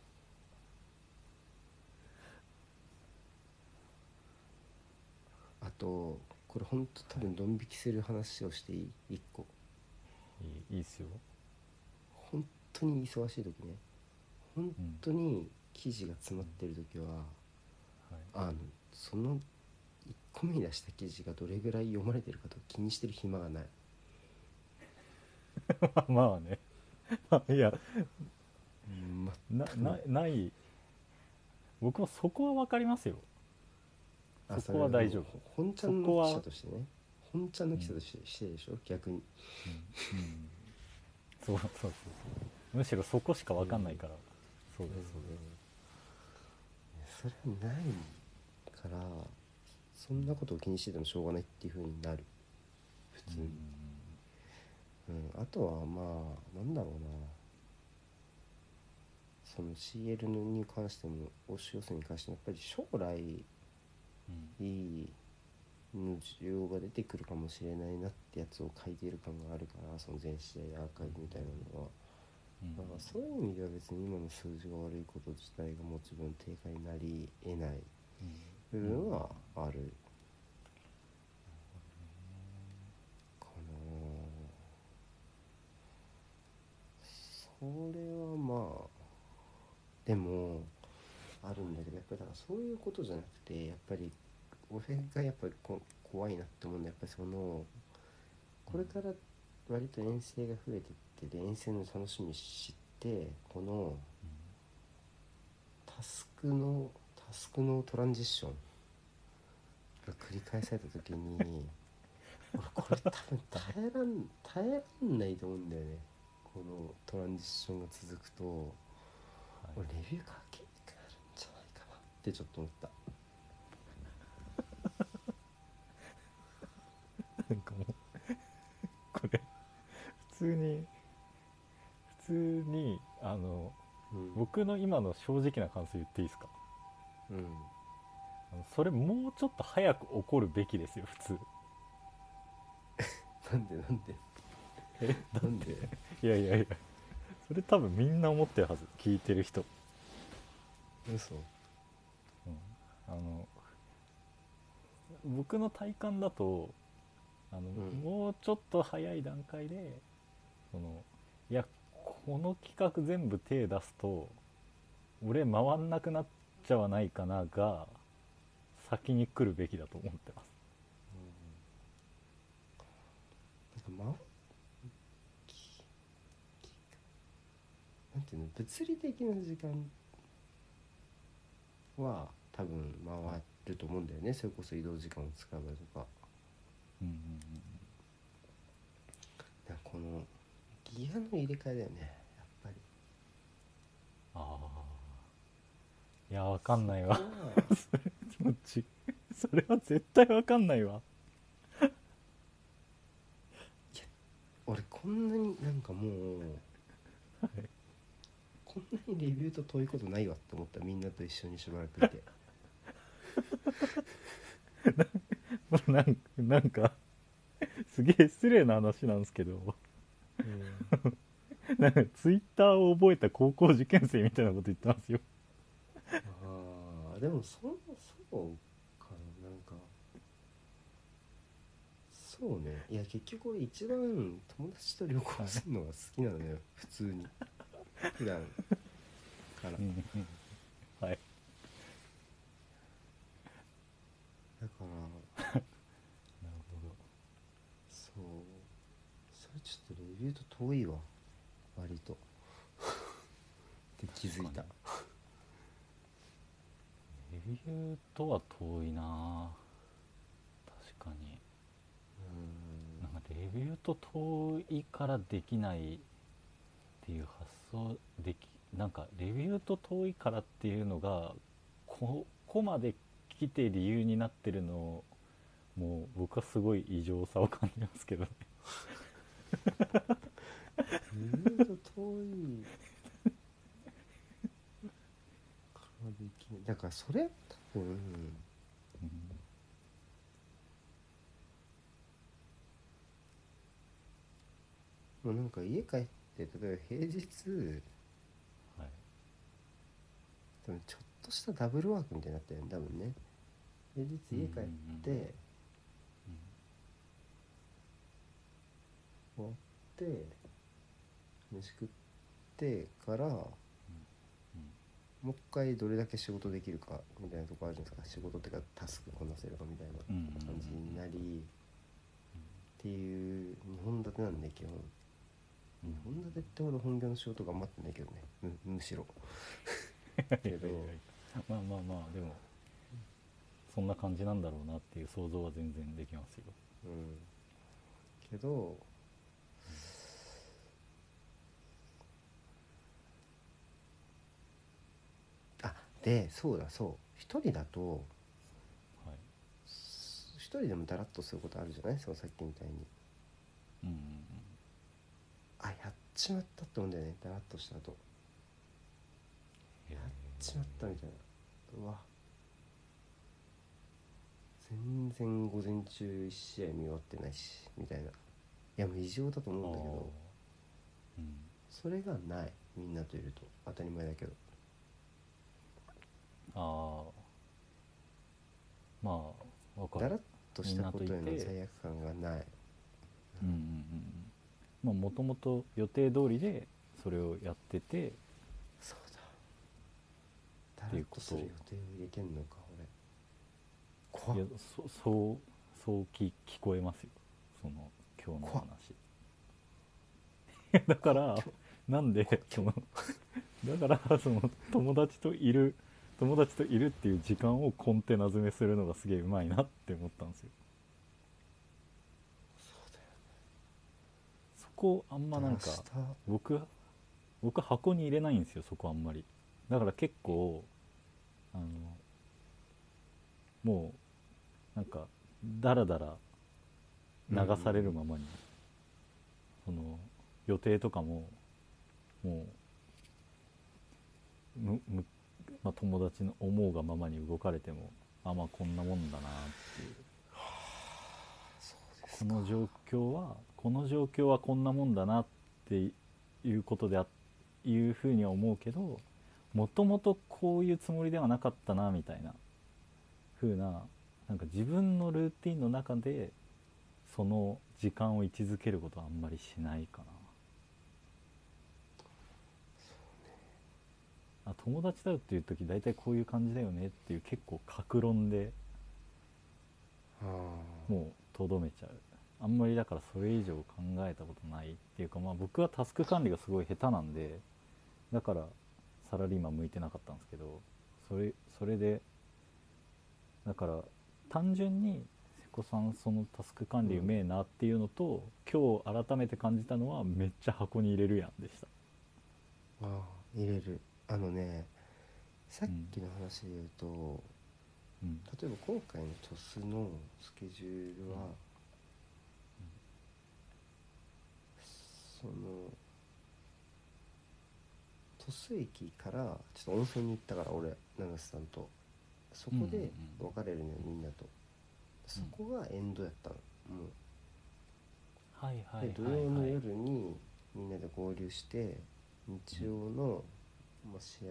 あとこれほんと多分ドン引きする話をしていい一個いい、いいっすよ。 本当に忙しい時ね、本当に記事が詰まってる時は、うんはい、あのそのいっこめに出した記事がどれぐらい読まれてるかとか気にしてる暇がないまあねいや、 ま、 な, な, ない僕もそこは分かりますよ。そこは大丈夫。 本ちゃんの記者としてね、本ちゃんの記者としてしてでしょ、うん、逆に、うんうん、そうそうそうそう、むしろそこしか分かんないから、うん、そうですそうです、それはないからそんなことを気にしててもしょうがないっていう風になる普通に、うんうん、あとはまあなんだろうな、その シーエル に関しても欧州予選に関してもやっぱり将来いいの需要が出てくるかもしれないなってやつを書いている感があるから、その全試合アーカイブみたいなのは、うん、だからそういう意味では別に今の数字が悪いこと自体がもちろん低下になり得ない部分はあるかな。それはまあでもあるんだけど、やっぱりだからそういうことじゃなくて、やっぱり俺がやっぱりこ怖いなって思うんだ、やっぱりそのこれから割と遠征が増えてって、で遠征の楽しみ知ってこのタスクのタスクのトランジッションが繰り返された時に俺これ多分耐えらん耐えらんないと思うんだよね。このトランジッションが続くと、はい、俺レビュー書けなくなるんじゃないかなってちょっと思ったなんかもうこれ普通に普通にあの、うん、僕の今の正直な感想言っていいですか。うん、あのそれもうちょっと早く起こるべきですよ普通なんでなんでえなんでいやいやいや、それ多分みんな思ってるはず、聞いてる人。 嘘、うん、 あの僕の体感だとあの、うん、もうちょっと早い段階でそのいやこの企画全部手出すと俺回んなくなっちゃわないかなが先に来るべきだと思ってます。 うん、なんか、ま、なんていうの、物理的な時間は多分回ると思うんだよね、それこそ移動時間を使うとか、うんうんうん、なんかこのギアの入れ替えだよねやっぱり。 ああ、いやわかんないわそれ気持ちそれは絶対わかんないわいや俺こんなになんかもう、はい、こそんなにレビューと遠いことないわって思った。みんなと一緒にしばらくいてなんかなんかすげえ失礼な話なんですけど、 うんなんかツイッターを覚えた高校受験生みたいなこと言ってますよ。 ああでもそそうかな。なんかそうね。いや結局俺一番友達と旅行するのが好きなのよ、普通に普段から。だかうんうんはいらなるほそうそれちょっとレビューと遠いわ割とって気づいた。 確かレビューとは遠いな。確かに。 うなんかレビューと遠いからできないっていう発想できなんかレビューと遠いからっていうのがここまで来て理由になってるのもう僕はすごい異常さを感じますけどね。 んレビューと遠いからできない。だからそれ多分うんもうなんか家帰って例えば平日はい多分ちょっとしたダブルワークみたいになってるんだ多分ね。平日うんうん家帰って終わって飯食ってからもう一回どれだけ仕事できるかみたいなとこあるじゃないですか。仕事っていうかタスクこなせるかみたいなうんうんうんうん感じになりっていうにほん立てなんで基本。にほん立てってほど本業の仕事頑張ってないけどね、むむしろけど、 まあまあまあでもそんな感じなんだろうなっていう想像は全然できますよ。 うんけどあでそうだそう一人だとはい一人でもダラッとすることあるじゃない。そのさっきみたいにうんうんうんあやっちまったって思うんだよね。ダラッとした後へやっちまったみたいな。うわ全然午前中いち試合見終わってないしみたいな。いやもう異常だと思うんだけどうんそれがないみんなといると。当たり前だけどああまあわかる。 だらっとしたみんなことへのといて罪悪感がない。 うんうんうんまあもともと予定通りでそれをやっててそうだだらっとする予定を入れてんのか俺。怖っいやそそうそうき聞こえますよその今日の怖っ話だからなんでそのだからその友達といる友達といるっていう時間をコンテナ詰めするのがすげえうまいなって思ったんですよ。 そうだよそこあんまなんか明日僕僕箱に入れないんですよそこあんまり。だから結構あのもうなんかダラダラ流されるままに、その予定とかももうむむ、まあ、友達の思うがままに動かれてもあまあこんなもんだなっていう、 そうですこの状況はこの状況はこんなもんだなっていうことであいうふうには思うけどもともとこういうつもりではなかったなみたいな風な、なんか自分のルーティンの中でその時間を位置づけることはあんまりしないかな。あ友達だよっていう時大体こういう感じだよねっていう結構格論であもうとどめちゃう。あんまりだからそれ以上考えたことないっていうか、まあ僕はタスク管理がすごい下手なんでだからサラリーマン向いてなかったんですけど、それそれでだから単純に瀬古さんそのタスク管理うめえなっていうのと、今日改めて感じたのはめっちゃ箱に入れるやんでした。 あああ入れる。あのねさっうんきの話で言うと、 うん例えば今回のトスのスケジュールは、そのト鳥栖駅からちょっと温泉に行ったから俺七瀬さんとそこで別れるのよ、みんなと。そこがエンドやったのもう。 はいはいはいはい。 で土曜の夜にみんなで合流して日曜の、まあ、試合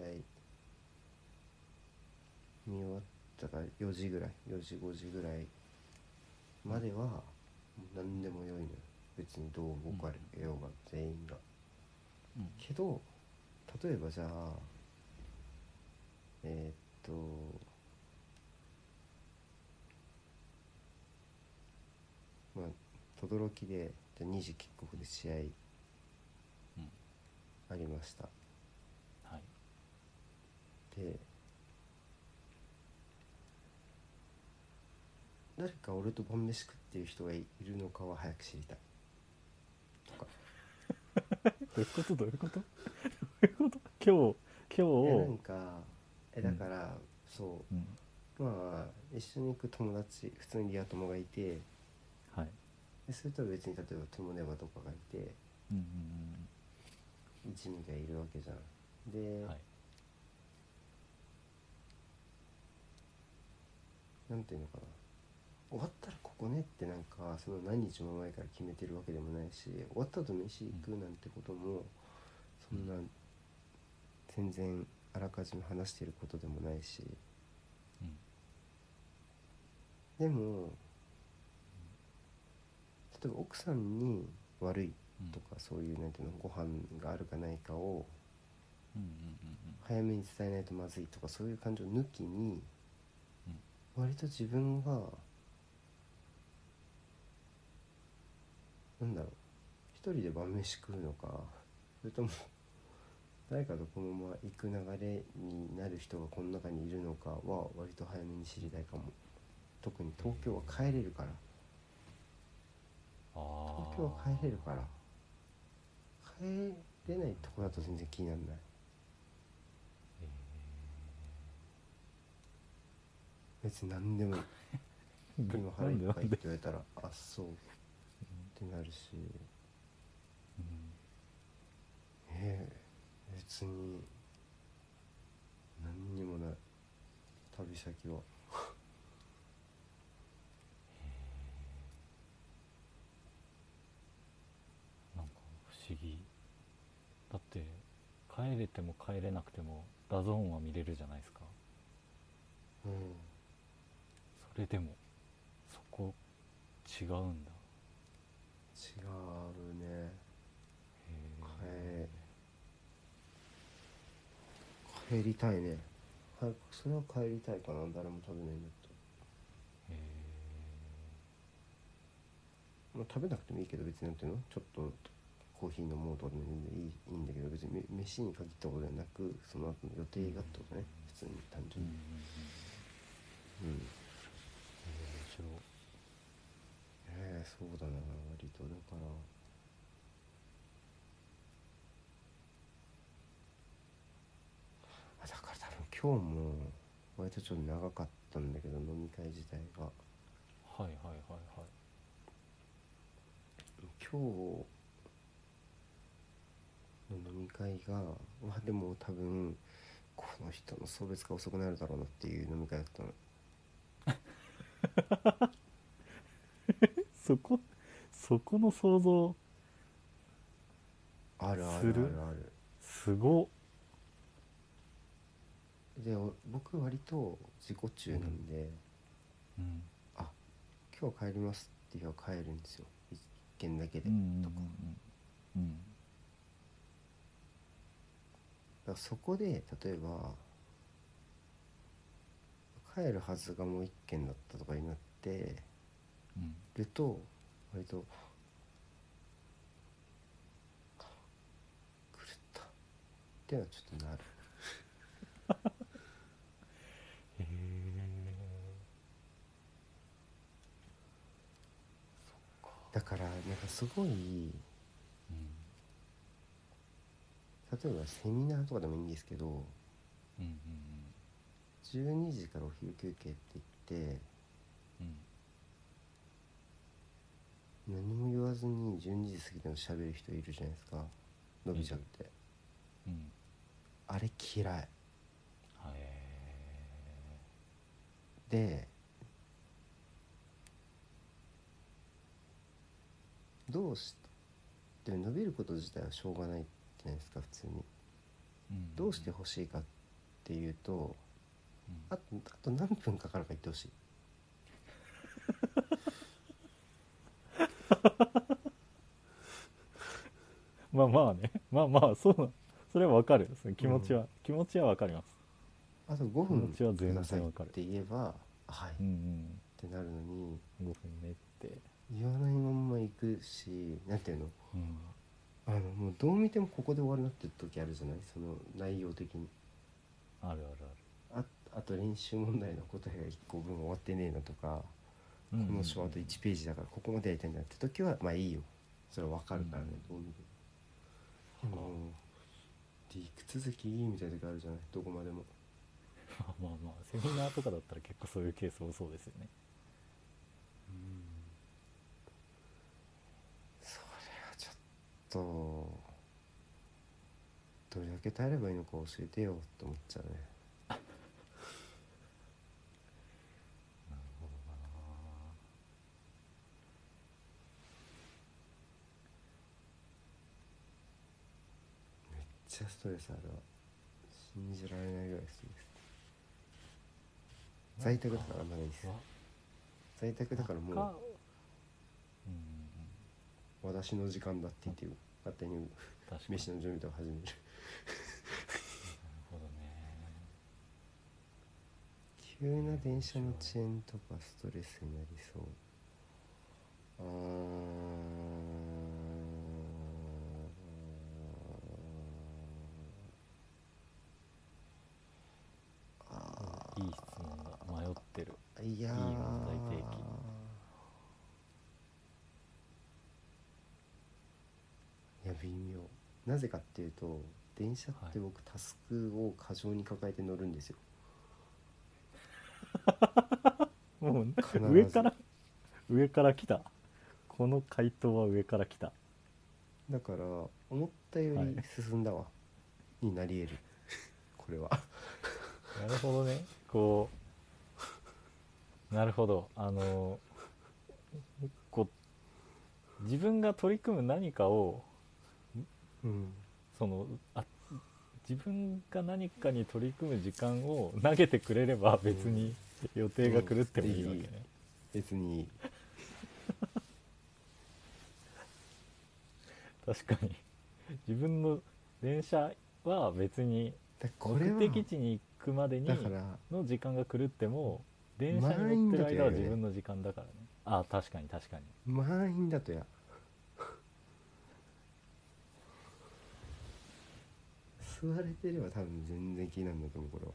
見終わったからよじぐらいよじごじぐらいまではもう何でもよいのよ、別にどう動かれようが全員が。 うんけど例えばじゃあえーっとまあ轟でじゃあにじキックオフで試合うんありました。 はいで誰か俺と晩飯食っていう人がいるのかは早く知りたいとか。 どういうことどういうことどういうこと今日えな今日んかえだから、そうんうまあ一緒に行く友達普通にリア友がいて、 はいでそれとは別に例えば友ネバとかがいてうんうん一味がいるわけじゃん。で、 うんはいなんていうのかな、終わったらここねってなんかその何日も前から決めてるわけでもないし、終わった後飯行くなんてこともそんな全然あらかじめ話してることでもないし、 うんでも例えば奥さんに悪いとかそういうなんていうのご飯があるかないかをうんうん早めに伝えないとまずいとかそういう感情抜きにうん割と自分がなんだろう一人で晩飯食うのかそれとも誰かとこのまま行く流れになる人がこの中にいるのかは割と早めに知りたいかも。特に東京は帰れるからああ東京は帰れるから帰れないとこだと全然気にならない。別に何でもいい今腹いっぱいって言われたらあっそうってなるし、 うんえー、別に何にもない旅先は。 なんか不思議だって、帰れても帰れなくてもダゾーンは見れるじゃないですか。 うんそれでもそこ違うんだ。 違うね。 へ帰帰りたいね。早くそれは帰りたいかな、誰も食べないんだったえへら。まあ、食べなくてもいいけど別になんていうのちょっとコーヒー飲もうとかでも全然いいいいんだけど別にめ飯に限ったことではなくその後の予定がってことね、普通に単えうんうん純に。 うんうんえー、面白い。 ええそうだな割とだからあだから多分今日も割とちょっと長かったんだけど飲み会自体がはいはいはいはい。 今日の飲み会がまあでも多分この人の送別が遅くなるだろうなっていう飲み会だったの。 そこそこの想像あるあるあするるある。 すごっ。 でお僕割と自己中なんで、 うんあ今日帰りますって言えば帰るんですよ一軒だけでうんうんとか。 うんうんだからそこで例えば帰るはずがもう一軒だったとかになってうんると割と狂ったっていうのはちょっとなる。 へえだからなんかすごいうん例えばセミナーとかでもいいんですけどうんうんじゅうにじからお昼休憩って言ってうん何も言わずにじゅうにじ過ぎても喋る人いるじゃないですか伸びちゃって。 うんあれ嫌いへで、どうして伸びること自体はしょうがないじゃないですか普通に。 ー、うん、 どうしてほしいかっていうと、 うんあとあと何分かかるか言ってほしい。 まあまあねまあまあそうなそれはわかるその気持ちは、うん、気持ちはわかります。 あとごふん気持ちはくださいっ全然わかる。 て言えばはいっうんうん、 てなるのに、 ごふんねって、 言わないまんま行くし、なんていうの、 うん、 あのもうどう見てもここで終わるなって時あるじゃない、その内容的に。 あるあるある。 ああと練習問題の答えがいっこぶん終わってねえのとか、 うんうんうん、 この書あといちページだからここまでやりたいんだって時はまあいいよ、それは分かるからね、 うん、 どう見ても。でも理屈続きいいみたいな時あるじゃない、どこまでも。 まあまあまあセミナーとかだったら結構そういうケース多そうですよね。 うん、それはちょっとどれだけ耐えればいいのか教えてよって思っちゃうね。 なるほどめっちゃストレスあるわ、信じられないぐらいストレス。 な。 在宅だからまだいいです。在宅だからもう私の時間だって言って勝手に飯の準備とか始める。なるほどね。 急な電車の遅延とかストレスになりそう。あーいい質問だ。迷ってる。 いやいい問題提起。 いや微妙。なぜかっていうと電車って僕、はい、タスクを過剰に抱えて乗るんですよ。 もう上から上から来た。この回答は上から来た。 だから思ったより進んだわ、はい、になり得るこれは。 なるほどね。こうなるほど、あのこう自分が取り組む何かを、 うん、 そのあ自分が何かに取り組む時間を投げてくれれば別に予定が狂ってもいいわけね、 うんうん、別にいい確かに自分の電車は別に目的地に行くまでにの時間が狂っても電車に乗ってる間は自分の時間だからね。ああ確かに確かに満員だとや座れてれば多分全然気になるんだと思うこれは。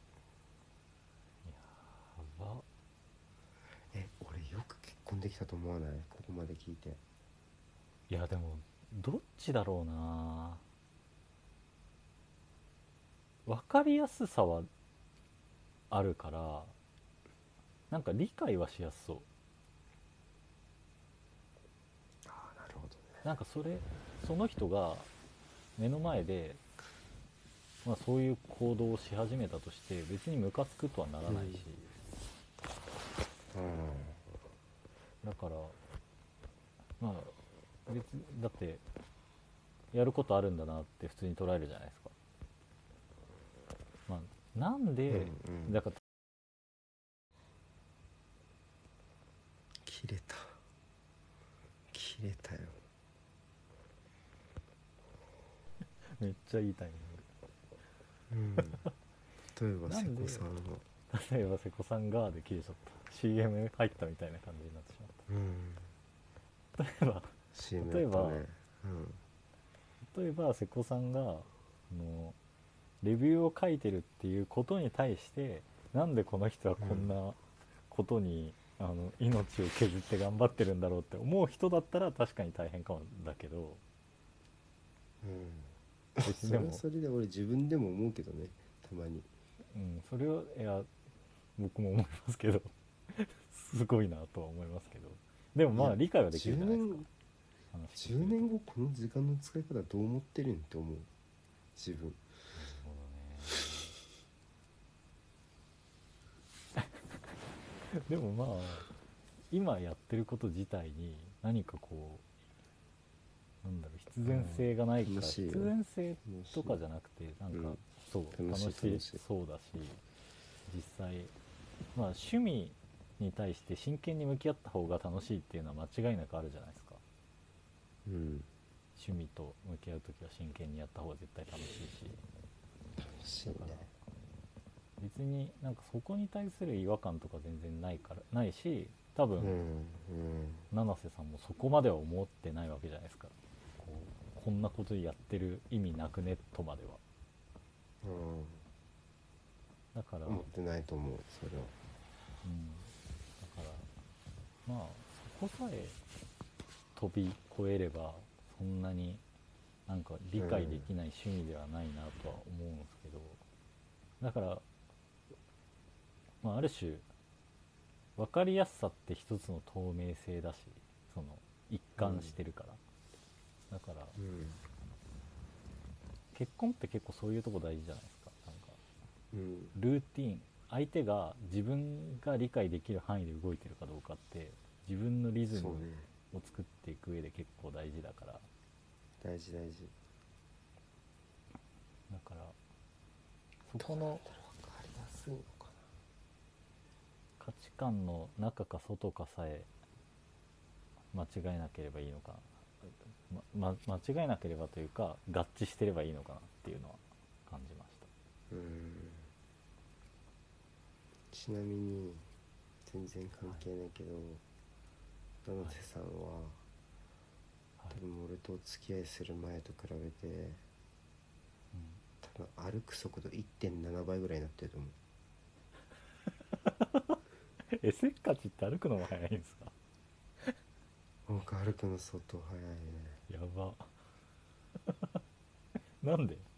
やば。 え俺よく結婚できたと思わない？ここまで聞いて。 いやでもどっちだろうな。分かりやすさはあるからなんか理解はしやすそう。 ああなるほどね。 なんかそれその人が目の前で、まあ、そういう行動をし始めたとして別にムカつくとはならないし、 うんうん、 だからまあ別だってやることあるんだなって普通に捉えるじゃないですか。まあなんで、うんうん、だから切れた切れたよめっちゃいいタイミング、 うん、例えば瀬古さんは例えば瀬古さんがで切れちゃった シーエム 入ったみたいな感じになってしまった、うん、例えばシーエム例えば、 ねうん、例えば瀬古さんがのレビューを書いてるっていうことに対してなんでこの人はこんなことに、うん、あの命を削って頑張ってるんだろうって思う人だったら確かに大変かもだけど、 うん、別にでもそれはそれで俺自分でも思うけどねたまに、 うん、それはいや僕も思いますけどすごいなとは思いますけどでもまあ理解はできるじゃないですか。 じゅうねんごこの時間の使い方どう思ってるんって思う自分。 でもまあ今やってること自体に何かこうなんだろう必然性がないから、 楽しいよ必然性楽しいとかじゃなくてなんか、 うん、 そう楽しい楽し楽しいそうだし、実際まあ趣味に対して真剣に向き合った方が楽しいっていうのは間違いなくあるじゃないですか。 うん趣味と向き合う時は真剣にやった方が絶対楽しいし、 楽しいね。 だから別になんかそこに対する違和感とか全然ないからないし、多分、 うんうん七瀬さんもそこまでは思ってないわけじゃないですか。こうこんなことやってる意味なくねとまでは。 うんだから思ってないと思うそれは。 うん、だからまあそこさえ飛び越えればそんなになんか理解できない趣味ではないなとは思うんですけど、だから、まあ、ある種分かりやすさって一つの透明性だし、その一貫してるから、だからうん結婚って結構そういうとこ大事じゃないですか。なんかうんルーティン、相手が自分が理解できる範囲で動いてるかどうかって自分のリズムそうね、 を作っていく上で結構大事だから、 大事大事。 だからそこの分かりやすいのか価値観の中か外かさえ間違えなければいいのかな、まま、間違えなければというか合致してればいいのかなっていうのは感じましな。うんちなみに全然関係ないけど、七瀬さんは、 た。はい、 多分俺とお付き合いする前と比べて多分歩く速度 いってんなな 倍ぐらいになってると思う。 うん、えせっかちって歩くのも早いんですか？ 僕歩くの相当速いね。 やば。なんで？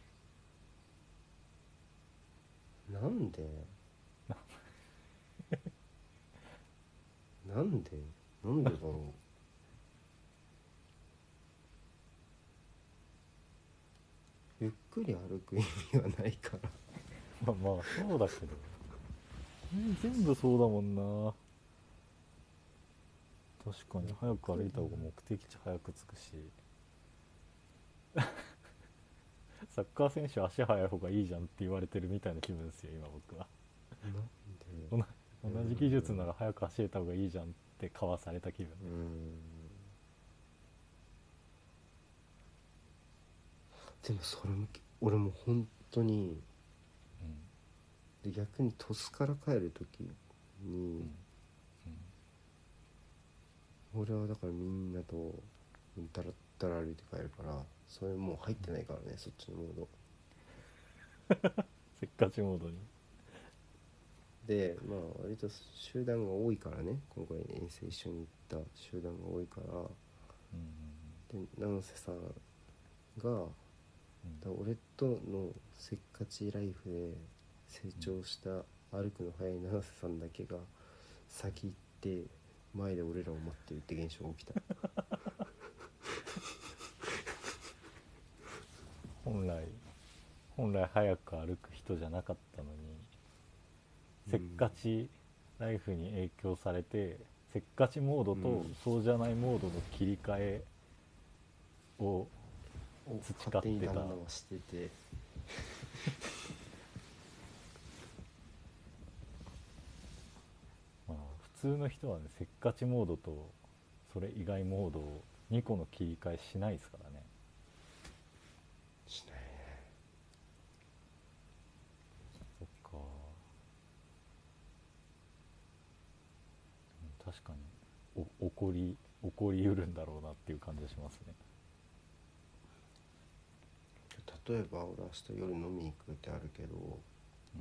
なんでなんでなんでだろう。ゆっくり歩く意味はないから。 まあまあそうだけど、全部そうだもんな。確かに早く歩いた方が目的地早く着くし、サッカー選手足速い方がいいじゃんって言われてるみたいな気分ですよ今僕は。 なんで同じ技術なら早く走れた方がいいじゃんってかわされた気分。 うーんでもそれも俺も本当に、で逆に鳥栖から帰る時に、俺はだからみんなとダラッダラ歩いて帰るから、それもう入ってないからね、そっちのモードせっかちモードに。 で。まあ割と集団が多いからね、今回遠征一緒に行った集団が多いから、で七瀬さんがだ俺とのせっかちライフで成長した歩くの速い七瀬さんだけが先行って前で俺らを待ってるって現象が起きた。 本来本来早く歩く人じゃなかったのに、せっかちライフに影響されてせっかちモードとそうじゃないモードの切り替えを培ってた。 勝手に旦那はしててまあ、普通の人はねせっかちモードとそれ以外モードをにこの切り替えしないですからね。 しないね。 そっか、うん、確かにお起こり起こりうるんだろうなっていう感じがしますね。 例えば俺明日夜飲みに行くってあるけど、もう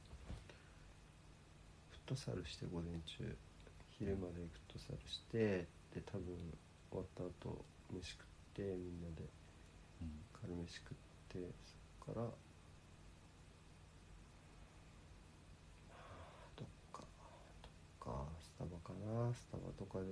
フットサルして午前中昼までフットサルして、で多分終わった後飯食ってみんなでうん軽飯食って、そっからどっかどっかスタバかな、スタバとかで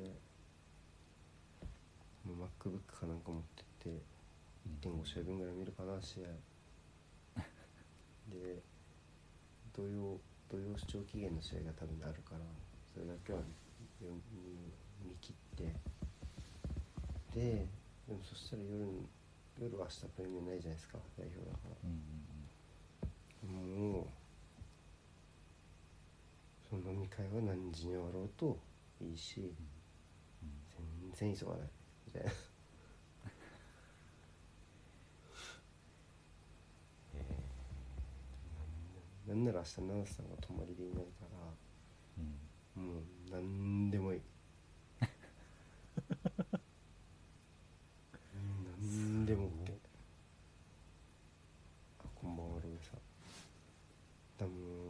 もう MacBook かなんか持ってっていってんご試合分ぐらい見るかな、試合で。土曜土曜視聴期限の試合が多分あるから、それだけは見見切って、ででもそしたら夜夜は明日プレミアないじゃないですか、代表だから、 うんうんもうその飲み会は何時に終わろうといいし、全然急がないみたいななんなら明日ナナさんが泊まりでいないから、 うんもう何でもいい何でも OK。 あ、こんばんはロベさん。だも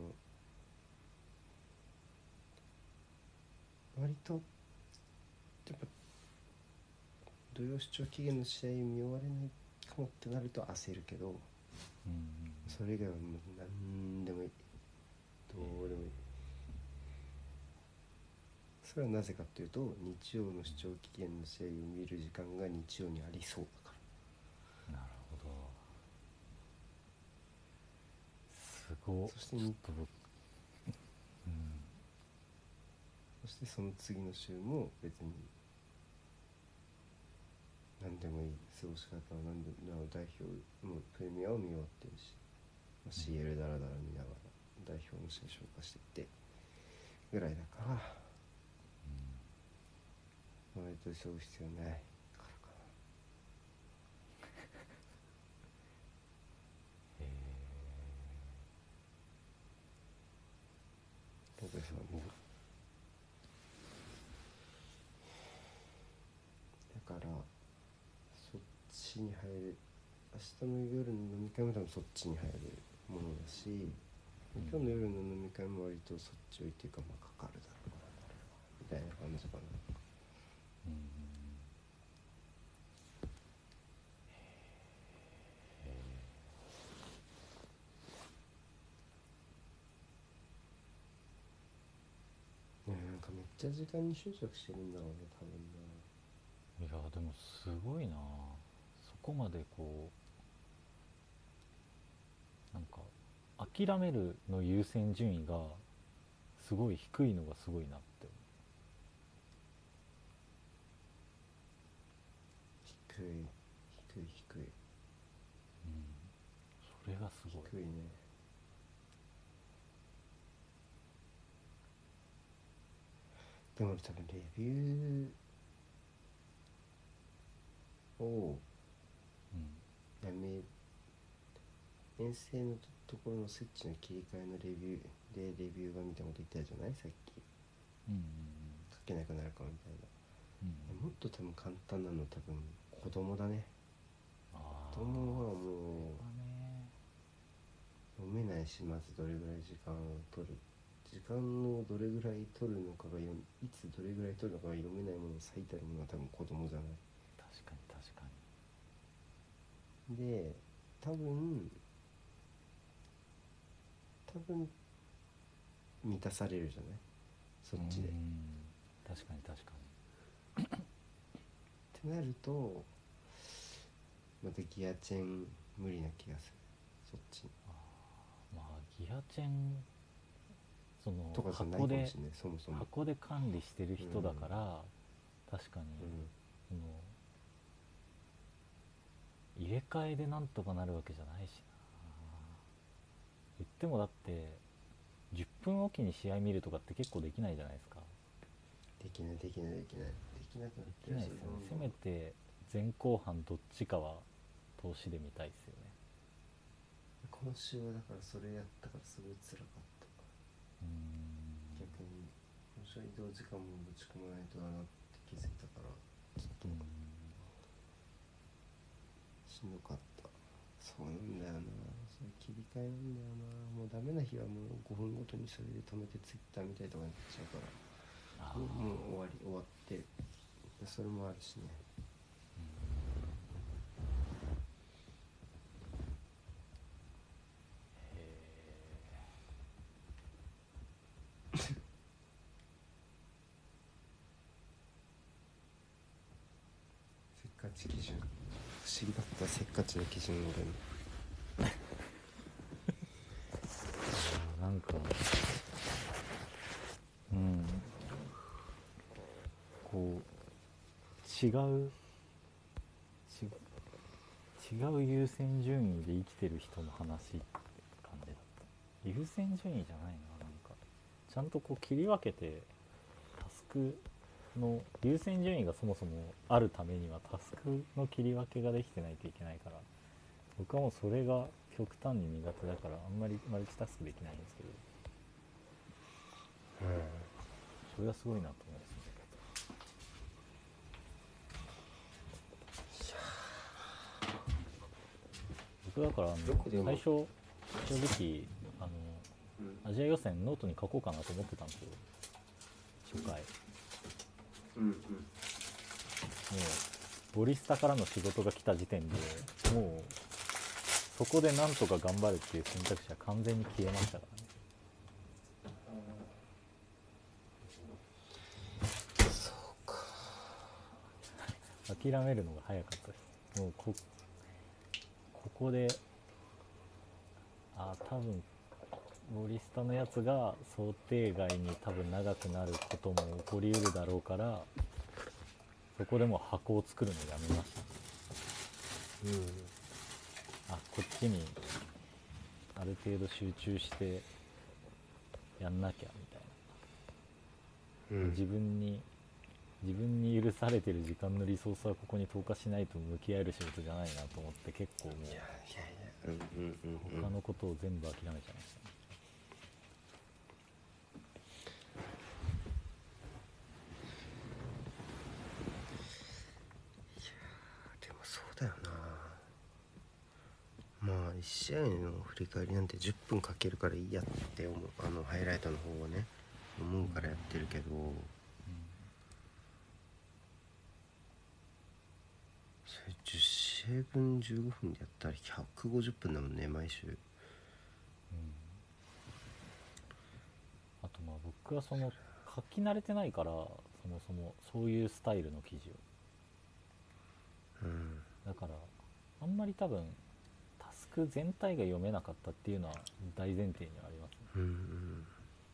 う割とやっぱ土曜視聴期限の試合見終われないかもってなると焦るけど、 うんうんそれ以外はもう何でもいい、どうでもいい。それはなぜかというと、日曜の視聴期限の試合を見る時間が日曜にありそうだかなるほど。すごっ。 そしてちょっと僕、うん、 ら、そしてその次の週も別に何でもいい過ごし方は何でも、代表もプレミアを見終わってるし、まあ、シーエル だらだら見ながら代表の試合消化していってぐらいだから、割と急ぐ必要ないからかへな。ロベさんもだからそっちに入る、明日の夜の飲み会も多分そっちに入るものだし、今日の夜の飲み会も割とそっちをっていうか、まあかかるだろうなみたいな感じかな。 うんうんね、なんかめっちゃ時間に執着してるんだろうね多分いやでもすごいな、そこまでこうなんか諦めるの優先順位がすごい低いのがすごいなってな。低い低い低いうん、それがすごい。 低いね。でも俺多分レビューをうんやめ遠征のところのスイッチの切り替えのレビューでレビューがみたいなこと言ったじゃない、さっき。 うん書けなくなるかもみたいな。 うんうん、 もっと多分簡単なの多分子供だね。 あ子供はもうね、 読めないし、まずどれぐらい時間を取る時間をどれぐらい取るのかがよいつどれぐらい取るのかが読めないものを最たるものは多分子供じゃない。 確かに確かで多分多分満たされるじゃないそっにちで。っうん確かに確かてなるとまたギアチェン無理な気がする、そっちに。 に、あまあギアチェンそのとかじゃないか箱でもしれない、そもそも。 箱で管理してる人だから、確かに、 うんその入れ替えでなんとかなるわけじゃないしな。言ってもだってじゅっぷんおきに試合見るとかって結構できないじゃないですか。 できないできないできないできなくなっでてるきないですよね。せそれめて前後半どっちかは投資で見たいですよね。 今週はだからそれやったからすごい辛かった。 うーん逆に今週は移動時間もぶち込まないとだなって気づいたからちょっとうんしんどかった。そうなんだよな、そういう切り替えなんだよな。もうダメな日はもうごふんごとにそれで止めてツイッター見たりとかになっちゃうからあーもうもう終わり終わってる。それもあるしね。せっかち基準不思議だったせっかちの基準俺のなんか違うち違う優先順位で生きてる人の話って感じだった。優先順位じゃないな、なんかちゃんとこう切り分けて、タスクの優先順位がそもそもあるためにはタスクの切り分けができてないといけないから、僕はもうそれが極端に苦手だからあんまりマルチタスクできないんですけど、 うんそれはすごいなと思いますね。僕だからあのどこでも最初正直あのうんアジア予選ノートに書こうかなと思ってたんですよ、初回。もうんうんうボリスタからの仕事が来た時点でもうそこでなんとか頑張るっていう選択肢は完全に消えましたからね。 そうか。 諦めるのが早かったです。もう こ, ここであ多分ボリスタのやつが想定外に多分長くなることも起こりうるだろうから、そこでもう箱を作るのやめました。あこっちにある程度集中してやんなきゃみたいな、 うんうん自分に自分に許されてる時間のリソースはここに投下しないと向き合える仕事じゃないなと思って結構もいやいやいやうんうんううんうん他のことを全部諦めちゃいましたね。 でもそうだよな。まあいち試合の振り返りなんてじゅっぷんかけるからいいやって思う、あのハイライトの方をね思うからやってるけど、それじゅっ試合分じゅうごふんでやったらひゃくごじゅっぷんだもんね毎週。 あとまあ僕はその書き慣れてないから、そもそもそういうスタイルの記事を、 うんだからあんまり多分タスク全体が読めなかったっていうのは大前提にはありますね。 うんうん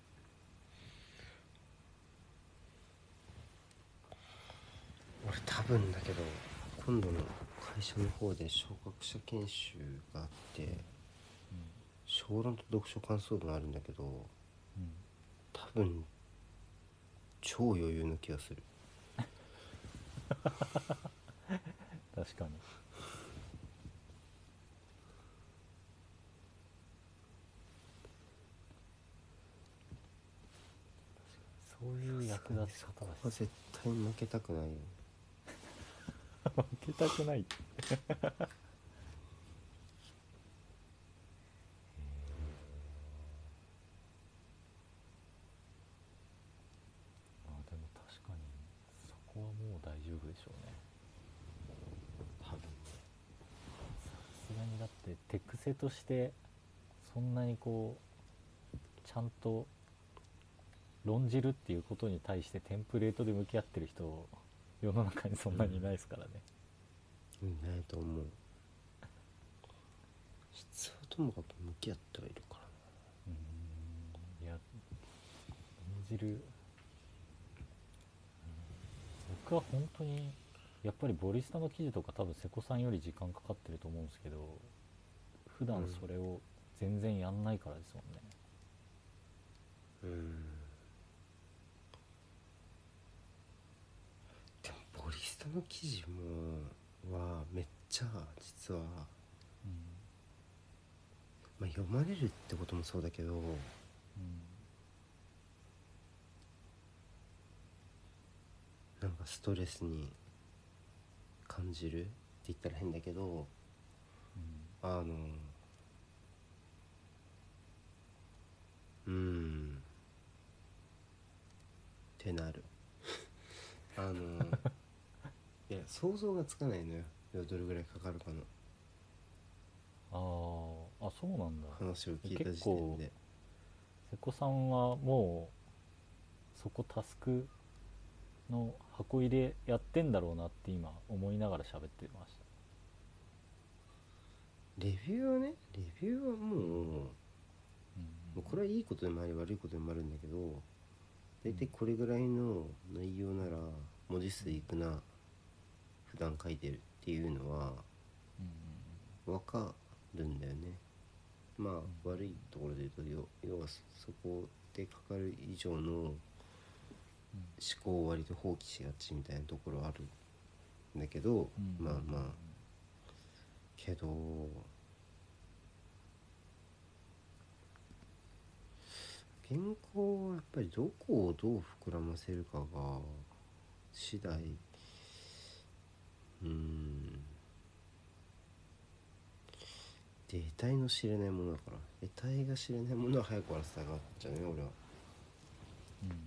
俺多分だけど今度の会社の方で昇格者研修があって小論と読書感想文あるんだけど、 うん多分超余裕の気がする。 確かに。そういう役立ち方だし、 絶対負けたくないよ。 負けたくないまあでも確かにそこはもう大丈夫でしょうね。 多分ね。 さすがにだって手癖としてそんなにこうちゃんと論じるっていうことに対してテンプレートで向き合ってる人世の中にそんなにいないですからね。 いないと思う。質はともかく向き合ってはいるからな。 うーんいや論じる、うん僕は本当にやっぱりボリスタの記事とか多分瀬古さんより時間かかってると思うんですけど、普段それを全然やんないからですもんね。 うんでもボリスタの記事もはめっちゃ実は、 うんまあ、読まれるってこともそうだけど、 うんなんかストレスに感じるって言ったら変だけど、 うんあのうーんってなるあのいや想像がつかないのよ、どれぐらいかかるかの。 あーあそうなんだ。 話を聞いた時結構点で瀬古さんはもうそこタスクの箱入れやってんだろうなって今思いながら喋ってました。 レビューはねレビューはもう、もうんうこれはいいことでもあり悪いことでもあるんだけど、大体これぐらいの内容なら文字数いくな、 普段書いてるっていうのはうん分かるんだよね。まあ悪いところで言うと、要はそこでかかる以上の思考を割と放棄しがちみたいなところあるんだけど、 うんまあまあけど原稿はやっぱりどこをどう膨らませるかが次第、うーんで得体の知れないものだから、得体が知れないものは早く終わらせたがっちゃうね俺は。 うんうん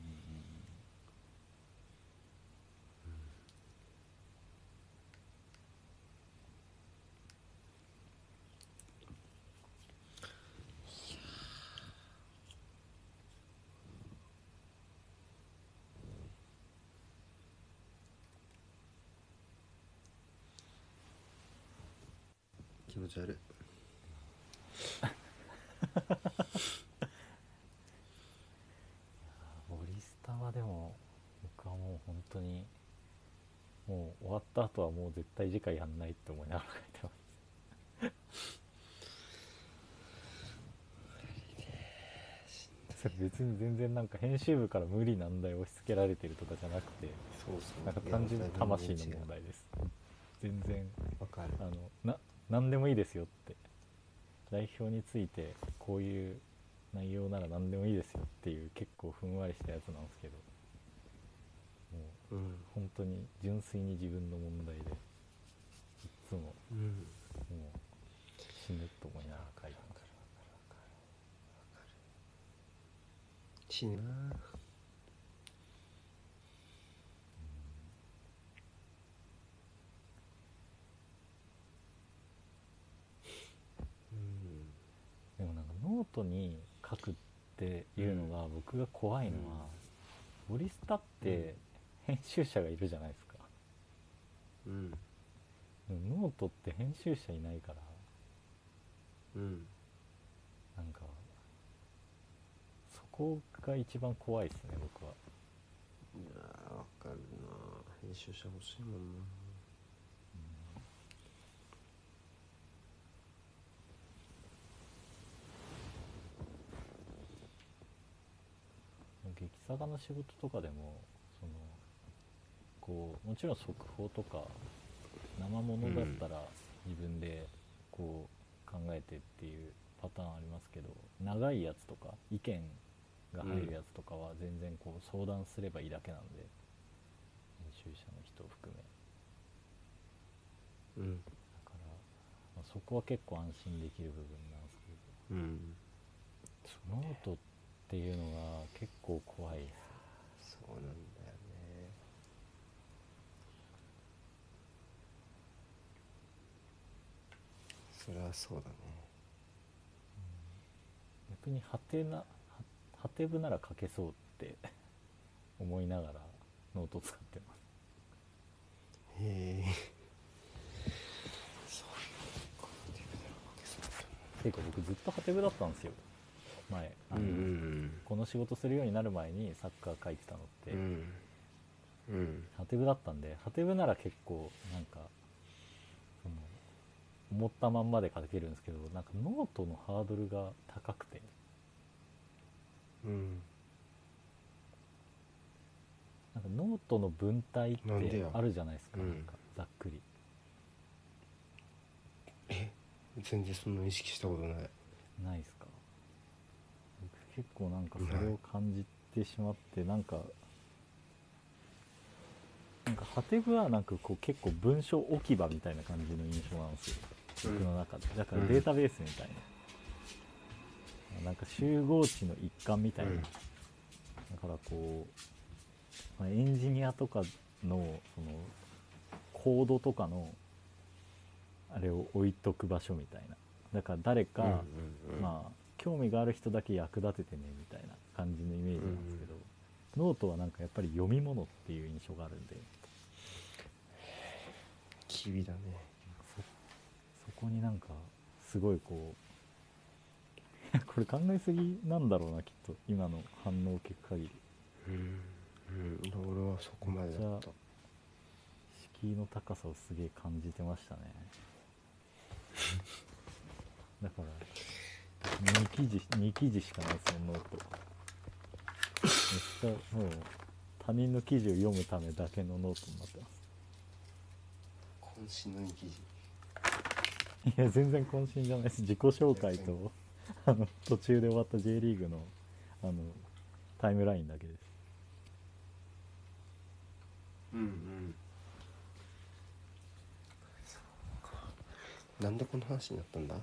気持ち悪い。 ボリスタはでも僕はもう本当にもう終わった後はもう絶対次回やんないって思いながら書いてます。それ別に全然なんか編集部から無理難題を押し付けられてるとかじゃなくて、 そうそうなんか単純に魂の問題です。全然わかる。 あのな何でもいいですよって、代表についてこういう内容なら何でもいいですよっていう結構ふんわりしたやつなんですけど、もううん本当に純粋に自分の問題でいつももうんう死ぬと思いながら書いてます。 死ぬな。 でもなんかノートに書くっていうのが僕が怖いのは、ボリスタって編集者がいるじゃないですか。 うんでもノートって編集者いないから、 うんなんかそこが一番怖いですね僕は。 いやーわかるな。編集者欲しいもんな。 劇作家の仕事とかでもそのこうもちろん速報とか生ものだったら自分でこう考えてっていうパターンありますけど、長いやつとか意見が入るやつとかは全然こう相談すればいいだけなんで、編集者の人を含めうんだから、まあ、そこは結構安心できる部分なんですけど、 うんノートっていうのが結構怖いです。 そうなんだよね。それはそうだね。 逆にハテナハテブなら書けそうって思いながらノート使ってます。 へえ。 ていうか僕ずっとハテブだったんですよ前。あの、 うんうんこの仕事するようになる前にサッカー書いてたのって、 うんうんハテブだったんで、ハテブなら結構なんかその思ったまんまで書けるんですけど、なんかノートのハードルが高くて、 うんなんかノートの文体ってなんでやあるじゃないですか、 うんなんかざっくり。 全然そんな意識したことない。 ないですか？僕結構なんかそれを感じてしまって、なんかなんかハテブはなんかこう結構文章置き場みたいな感じの印象なんですよ、僕の中で。だからデータベースみたいな、なんか集合値の一環みたいな、 うんだからこう、まあ、エンジニアとかのそのコードとかのあれを置いとく場所みたいな、だから誰か、 うんうんうんまあ興味がある人だけ役立ててねみたいな感じのイメージなんですけど、ノートはなんかやっぱり読み物っていう印象があるんで、 きびだね。 そこになんかすごいこうこれ考えすぎなんだろうなきっと、今の反応を聞く限り。 うんうん俺はそこまでだった。 敷敷居の高さをすげえ感じてましたね。だからに記事に記事しかないですもん、ノート。めっちゃもう他人の記事を読むためだけのノートになってます。 渾身のに記事。 いや全然渾身じゃないです。自己紹介とあの途中で終わった J リーグのあのタイムラインだけです。 うんうん。そうか。なんでこの話になったんだ。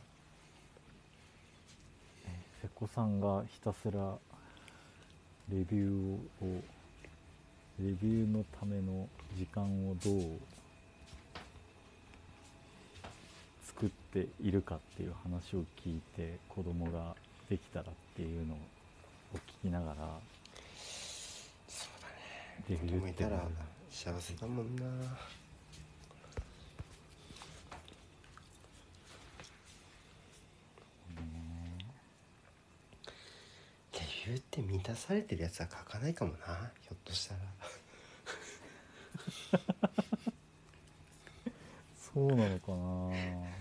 瀬古さんがひたすらレビューをレビューのための時間をどう作っているかっていう話を聞いて、子供ができたらっていうのを聞きながら、 そうだね。 レ子ビューっていうの供いたら幸せだもんな。レビューって満たされてるやつは書かないかもな、ひょっとしたら。 そうなのかな。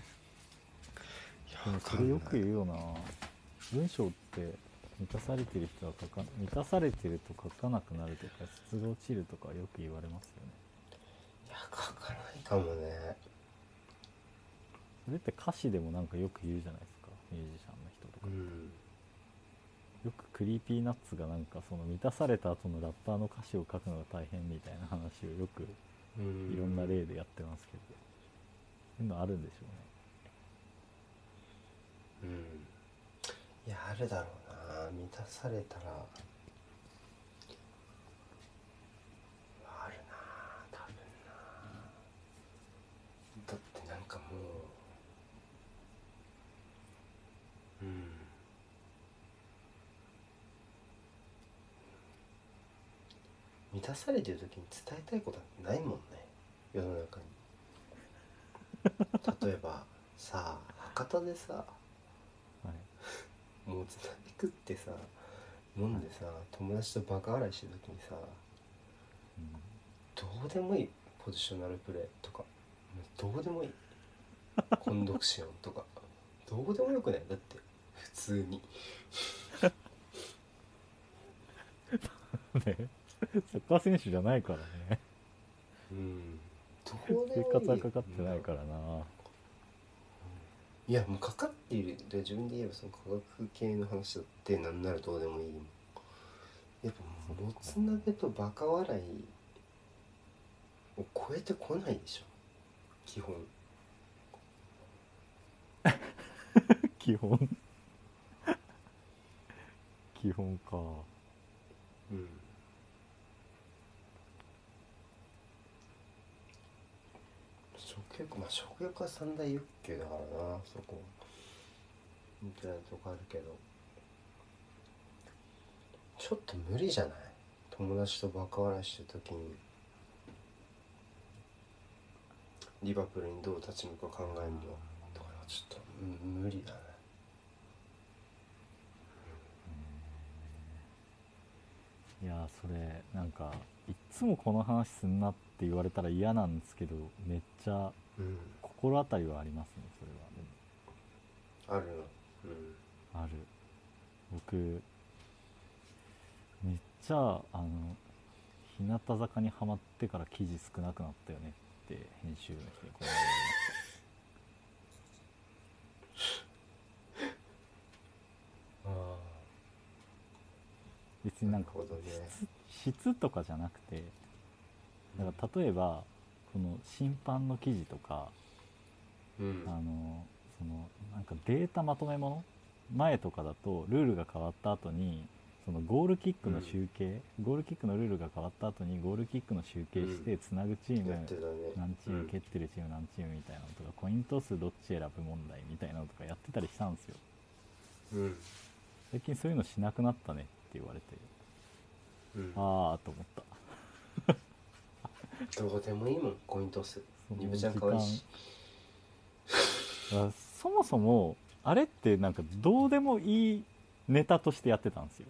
でもそれよく言うよな。文章って満たされてる人は書か満たされてると書かなくなるとか質が落ちるとかよく言われますよね。 いや書かないかもね。 それって歌詞でもなんかよく言うじゃないですか、ミュージシャンの人とか。 うん。 よくクリーピーナッツがなんかその満たされた後のラッパーの歌詞を書くのが大変みたいな話をよくいろんな例でやってますけど、そういうのあるんでしょうん。いやあるだろうな。満たされたらあるな、多分な。だってなんかもう、うん、満たされてる時に伝えたいことなんてないもんね、世の中に。例えばさ、博多でさ、 うね。はい。 もつ鍋食ってさ、飲んでさ、友達とバカ笑いしてる時にさ、どうでもいいポジショナルプレーとか、どうでもいいコンドクションとか、どうでもよくない？だって普通にね、サッカー選手じゃないからね。 うん、どうで生もいい。 活はかかってないからな。 いやもうかかっているで、自分で言えばその科学系の話だって、なんならどうでもいいもん。やっぱもつ鍋とバカ笑いを超えてこないでしょ、基本。 基本基本か。 うん。食欲、まあ食欲は三大欲求だからな、そこみたいなとこあるけど、ちょっと無理じゃない？友達とバカ笑いしてる時にリバプールにどう立ち向かう考えるのとかはちょっと、うん、無理だね。 いやそれなんかいっつもこの話すんなって言われたら嫌なんですけど、めっちゃうん心当たりはありますね、それは。でもあるの。うんある。僕めっちゃあの日向坂にハマってから記事少なくなったよねって編集の人にこの間言われました。 ああ、なる別になんかほどね。 質、質とかじゃなくて、だから例えばこの審判の記事とか、 うんあのそのなんかデータまとめ物前とかだとルールが変わった後にそのゴールキックの集計、うん、ゴールキックのルールが変わった後にゴールキックの集計してつなぐチーム、 やってたね、 何チーム、蹴ってるチーム何チームみたいなのとか、コイント数どっち選ぶ問題みたいなのとかやってたりしたんですよ。 うん、 最近そういうのしなくなったねって言われて、 うん、 ああと思った。 どうでもいいもん、コイントス。ニブちゃん時可愛いし。 間そもそもあれってなんかどうでもいいネタとしてやってたんですよ、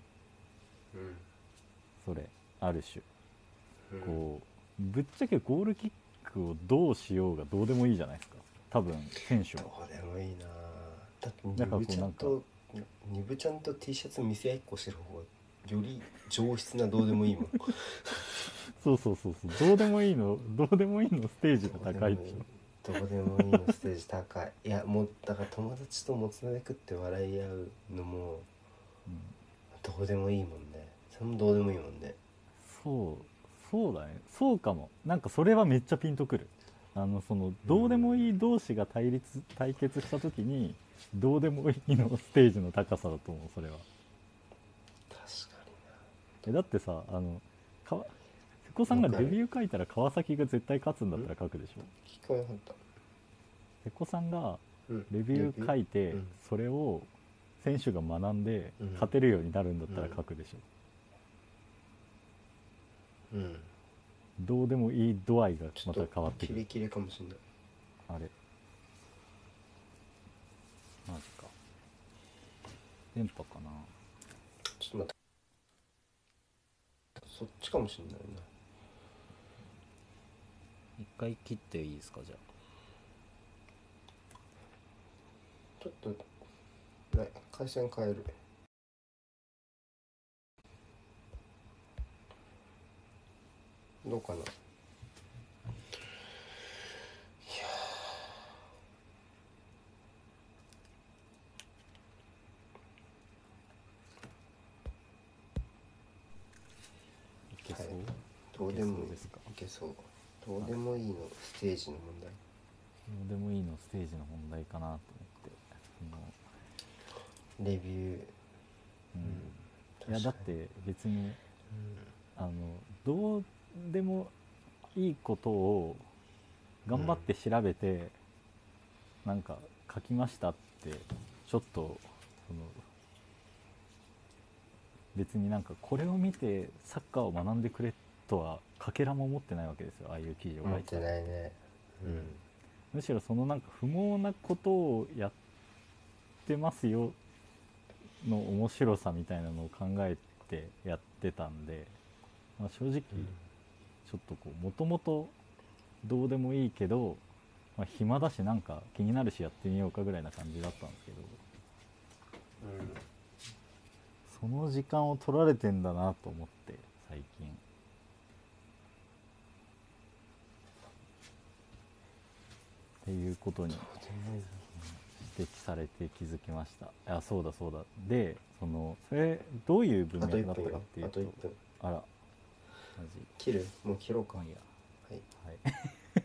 うんそれ。ある種うんこうぶっちゃけゴールキックをどうしようがどうでもいいじゃないですか多分選手ども。 うでもいいな。だってだからこうニブちゃんとニブちゃんと T シャツ見せ合いっこしてる方がより上質などうでもいいもんそうそうそうそうどうでもいいのどうでもいいのステージが高いでしょ。 どうでもいいのステージ高い。いやもうだから友達ともつ鍋食って笑い合うのもどうでもいいもんね。それもどうでもいいもんね。 そうそうだねそうかも。なんかそれはめっちゃピンとくる。あのそのどうでもいい同士が対立対決した時にどうでもいいのステージの高さだと思うそれは。 確かえだってさあのかわ瀬古さんがレビュー書いたら川崎が絶対勝つんだったら書くでしょ。 に聞こえなかった。 瀬古さんがうんレビュー書いて、 うんそれを選手が学んでうん勝てるようになるんだったら書くでしょ。 うんどうでもいい度合いがまたちょっと変わってくる。 キレキレかもしれない。 あれマジか電波かな。 ちょっと待ってそっちかもしれないな。 一回切っていいですかじゃちょっとね回線変える。どうかな。いやあいけそう、 はいどうでもいいいけそうですか。 いけそう。どうでもいいのステージの問題。 どうでもいいのステージの問題かなと思ってレビュー。 その、うん、いやだって別にうあのどうでもいいことを頑張って調べて、なんか書きましたってちょっとその別になんかこれを見てサッカーを学んでくれとはかけらも思ってないわけですよああいう記事をん持って書いてたら。 ないね。うんむしろそのなんか不毛なことをやってますよの面白さみたいなのを考えてやってたんで、まあ、正直ちょっとこうもともとどうでもいいけど、まあ、暇だしなんか気になるしやってみようかぐらいな感じだったんですけど、その時間を取られてんだなと思って最近っていうことに指摘されて気づきました。あそうだそうだ。でそのそれどういう文あと1 脈だった分よかっていうとあといっぷん。 あらマジ切るもう切ろうか。 まあいいやはいはい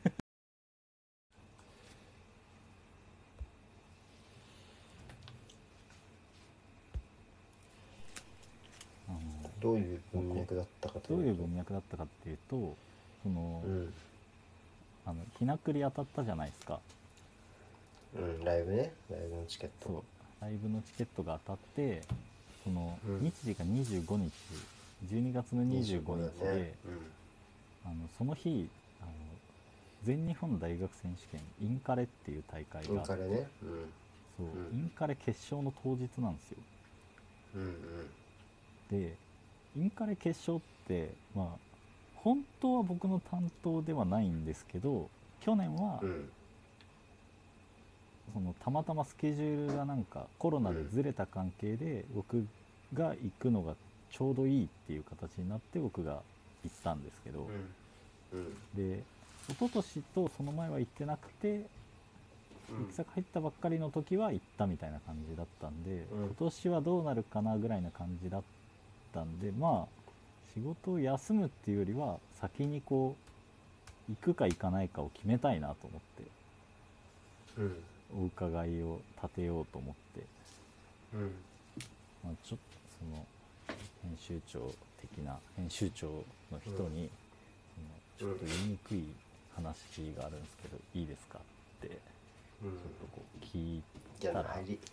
あのどういう文脈だったかとどういうと文脈だったかっていうとその、 うんあのひなくり当たったじゃないですか。 うんライブねライブのチケット。 そうライブのチケットが当たってその、 うん日時がにじゅうごにちじゅうにがつのにじゅうごにちで、 ねあのその日あの全日本大学選手権インカレっていう大会うん、インがあって、 カレね。 そううんインカレ決勝の当日なんですよ。 うんうんでインカレ決勝ってまあ本当は僕の担当ではないんですけど去年は、 うんうんそのたまたまスケジュールがなんかコロナでずれた関係で僕が行くのがちょうどいいっていう形になって僕が行ったんですけど、 うんうんで一昨年とその前は行ってなくてうん戦入ったばっかりの時は行ったみたいな感じだったんで、 うん今年はどうなるかなぐらいな感じだったんで、まあ仕事を休むっていうよりは先にこう行くか行かないかを決めたいなと思ってうんお伺いを立てようと思って、 うんまあ、ちょっとその編集長的な編集長の人に、そのちょっと言いにくい話があるんですけど、いいですかってちょうんっとこう聞いじゃたら、 あ入り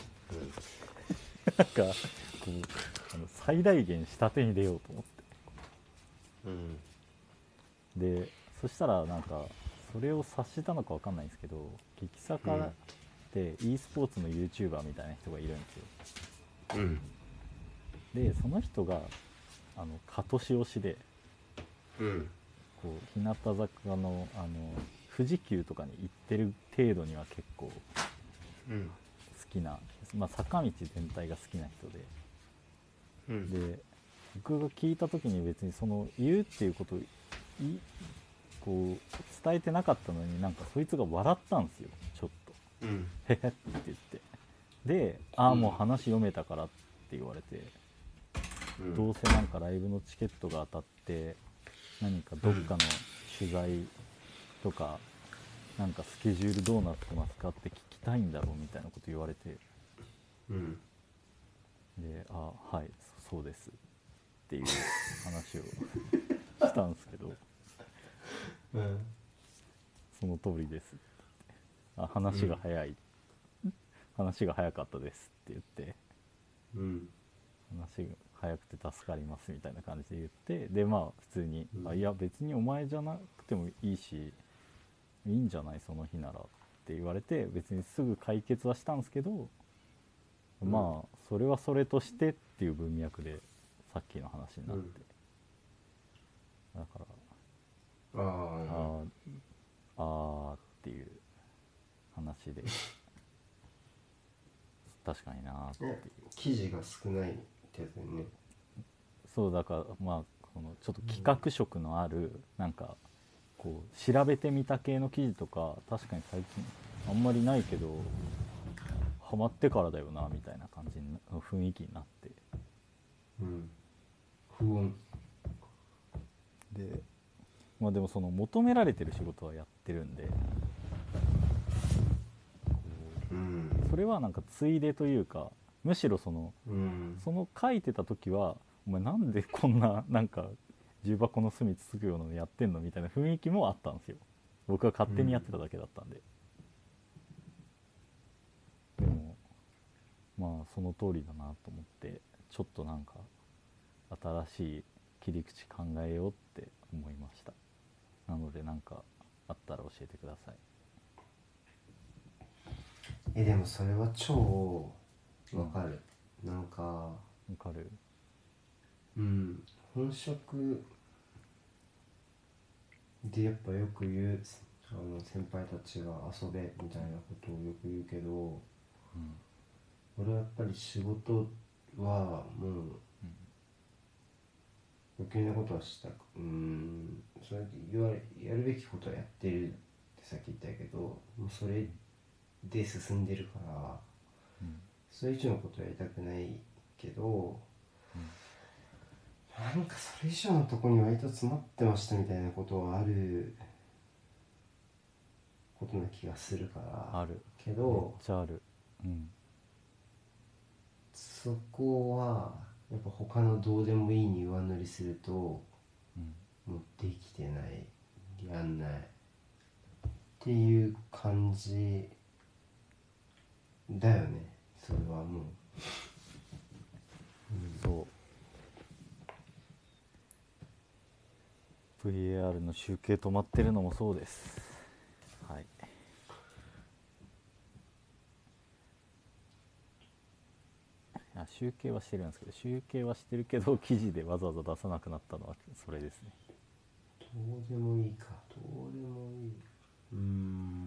なんかこうあの最大限下手に出ようと思うんってでそしたらなんかそれを察したのかわかんないんですけど激坂って e スポーツの YouTuber みたいな人がいるんですよ。 うんでその人があのカトシ推しでうんこう日向坂のあの富士急とかに行ってる程度には結構好うんきな、まあ、坂道全体が好きな人で、 うんで僕が聞いた時に別にその言うっていうことをいこう伝えてなかったのに、なんかそいつが笑ったんですよちょっと。 うんへへって言って、で「ああうんもう話読めたから」って言われて、 うんどうせなんかライブのチケットが当たって何かどっかの取材とか、なんかスケジュールどうなってますかって聞きたいんだろうみたいなこと言われて、 うんで「あはいそうです」っていう話をしたんですけどうんその通りですって。あ話が早い、話が早かったですって言って、 うん話が早くて助かりますみたいな感じで言って、でまあ普通に、 うんあいや別にお前じゃなくてもいいしいいんじゃないその日ならって言われて、別にすぐ解決はしたんですけど、 うんまあそれはそれとしてっていう文脈でさっきの話になって、だからあああーあーっていう話で確かになーっていう。 ね記事が少ないってやつだよね。 そうだからまあこのちょっと企画色のあるなんかこう調べてみた系の記事とか確かに最近あんまりないけど、ハマってからだよなみたいな感じの雰囲気になって、 うん不穏。 でまあでもその求められてる仕事はやってるんで、 うんそれはなんかついでというか、むしろそのうんその書いてた時はお前なんでこんななんか重箱の隅つつくようなのやってんのみたいな雰囲気もあったんですよ。僕は勝手にやってただけだったんで、でもまあその通りだなと思って、ちょっとなんか新しい切り口考えようって思いました。なのでなんかあったら教えてください。 えでもそれは超わかる、なんかわかる。 うん本職でやっぱよく言うあの先輩たちが遊べみたいなことをよく言うけど、 うん俺はやっぱり仕事はもう余計なことはしたくうーんそれで言われやるべきことはやってるってさっき言ったけど、もうそれで進んでるから、 うんそれ以上のことはやりたくないけど、なんかそれ以上のところに割と詰まってましたみたいなことはあることな気がするからあるけめっど、 ちゃある。うんそこはやっぱ他のどうでもいいに上塗りするとうんもうできてないやんないっていう感じだよね。それはもう、 そう ブイエーアール の集計止まってるのもそうです。はい。いや集計はしてるんですけど、集計はしてるけど記事でわざわざ出さなくなったのはそれですね。 どうでもいいかどうでもいいうーん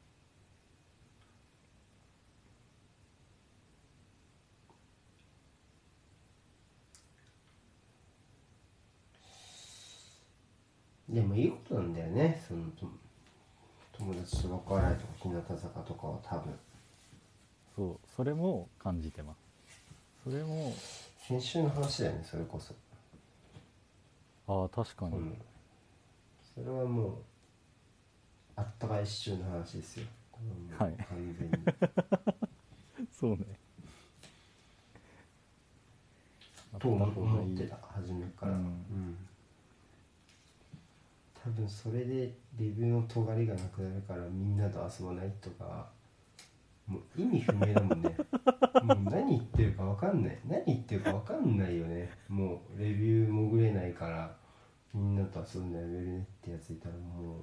でもいいことなんだよね、そのと友達と別れとか日向坂とかは多分そうそれも感じてます。それも先週の話だよね、それこそ。 ああ確かに、 うん、それはもうあったかいシチューの話ですよ、これはもうはい完全にそうね。 と思あった方がいいってた初めから、 うんうん多分それでレビューの尖りがなくなるからみんなと遊ばないとか、もう意味不明だもんねもう何言ってるか分かんない、何言ってるか分かんないよね。もうレビュー潜れないからみんなと遊んでやめるねってやついたらもう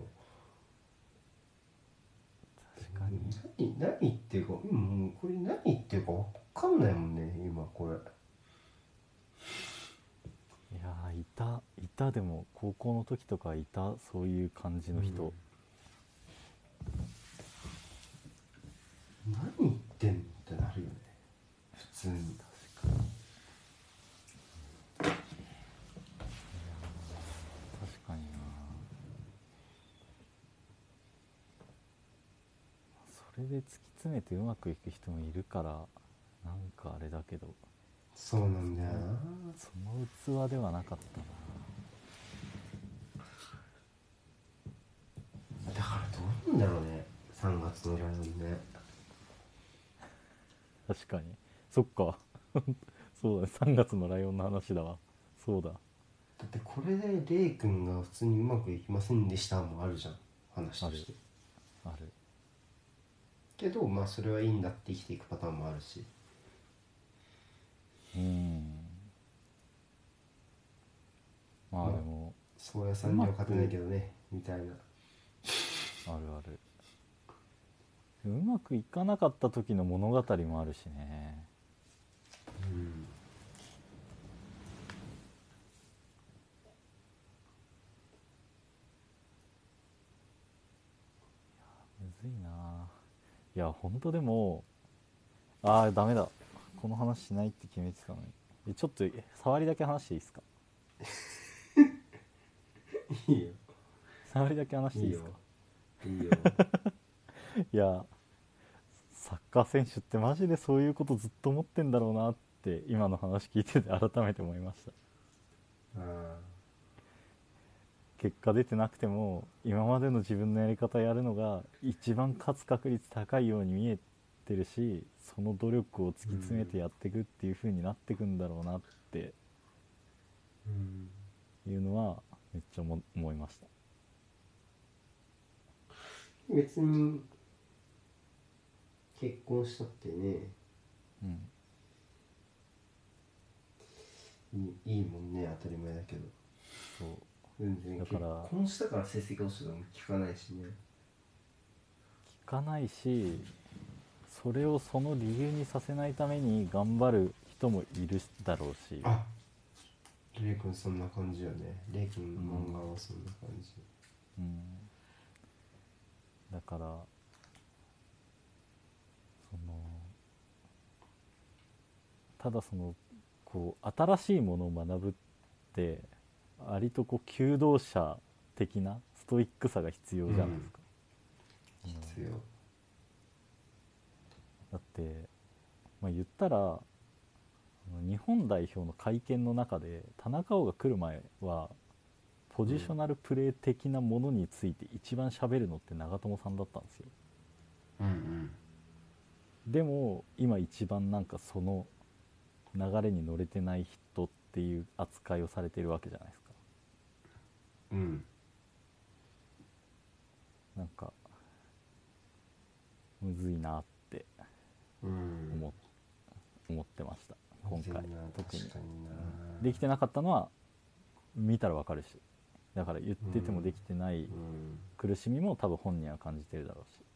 確かに。 何何言ってるか、うん、もうこれ何言ってるか分かんないもんね今これ。 いやいたいたでも高校の時とかいたそういう感じの人、 うん、何言ってんのってなるよね普通に。 確かに。確かにな。それで突き詰めてうまくいく人もいるからなんかあれだけど、 そうなんだよな。 その器ではなかったな。 だからどうなんだろうねさんがつのライオンね。 確かに。そっか。そうだね、さんがつのライオンの話だわ。そうだ。 だってこれでレイ君が普通にうまくいきませんでしたもあるじゃん話として。 ある。 けどまあそれはいいんだって生きていくパターンもあるし。 うーん。まあまあでも、 宗谷さんには勝てないけどねみたいな。 あるある。うまくいかなかった時の物語もあるしね。 うんむずいな。いやほんとでも、ああダメだ、この話しないって決めてたのに。えちょっと触りだけ話していいですか？ いいよ触りだけ話していいよいいですか？ いいよ。 いや、サッカー選手ってマジでそういうことずっと思ってんだろうなって今の話聞いてて改めて思いました。 あ結果出てなくても今までの自分のやり方やるのが一番勝つ確率高いように見えてるし、その努力を突き詰めてやっていくっていう風になってくんだろうなってうんいうのはめっちゃ思思いました。 別に結婚したってねうんいい、いいもんね当たり前だけど。 そう全然結だから婚したから成績落ちたのも聞かないしね。 聞かないし、それをその理由にさせないために頑張る人もいるだろうし。 あレイ君そんな感じよね。レイ君のうん漫画はそんな感じ。 うんだからそのただそのこう新しいものを学ぶって割とこう求道者的なストイックさが必要じゃないですか、うん必要。 だって、まあ、言ったらあの日本代表の会見の中で田中碧が来る前はポジショナルプレー的なものについて一番喋るのって長友さんだったんですよ。 うんうんでも今一番なんかその流れに乗れてない人っていう扱いをされてるわけじゃないですか。 うんなんかむずいなってうん思思ってました今回。特に確かにな。 できてなかったのは見たらわかるし、だから言っててもできてないうん苦しみも多分本人は感じてるだろうし。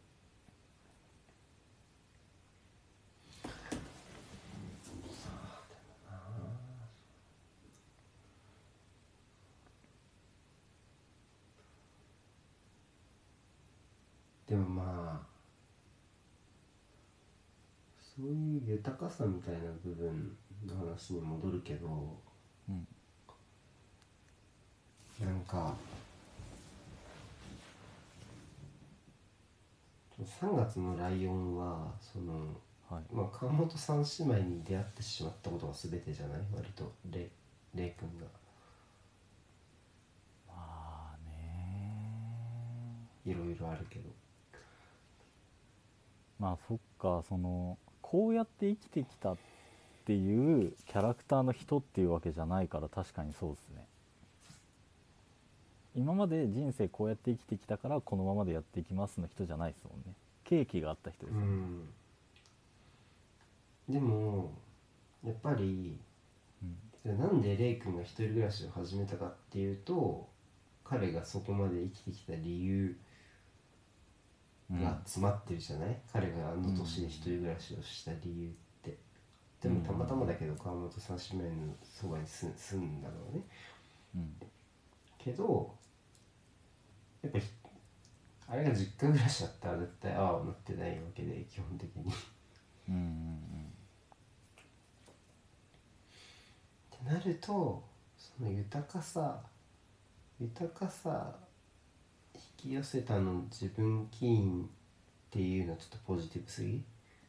でもまあそういう豊かさみたいな部分の話に戻るけど、 うんなんかさんがつのライオンはその、 はいまあ、川本三姉妹に出会ってしまったことが全てじゃない割とレレイ君がまあね。 いろいろあるけど。 まあそっか、そのこうやって生きてきたっていうキャラクターの人っていうわけじゃないから確かにそうですね。今まで人生こうやって生きてきたからこのままでやっていきますの人じゃないですもんね。契機があった人ですうよね。 んでもやっぱりうんなんでレイ君が一人暮らしを始めたかっていうと彼がそこまで生きてきた理由が詰まってるじゃない、彼があの年で一人暮らしをした理由って。でもたまたまだけど川本三姉妹のそばに住住んだのはね。 うんけどやっぱあれが実家暮らしだったら絶対ああはなってないわけで基本的にうんうんってなるとその豊かさ豊かさ引き寄せたの自分起因っていうのはちょっとポジティブすぎ、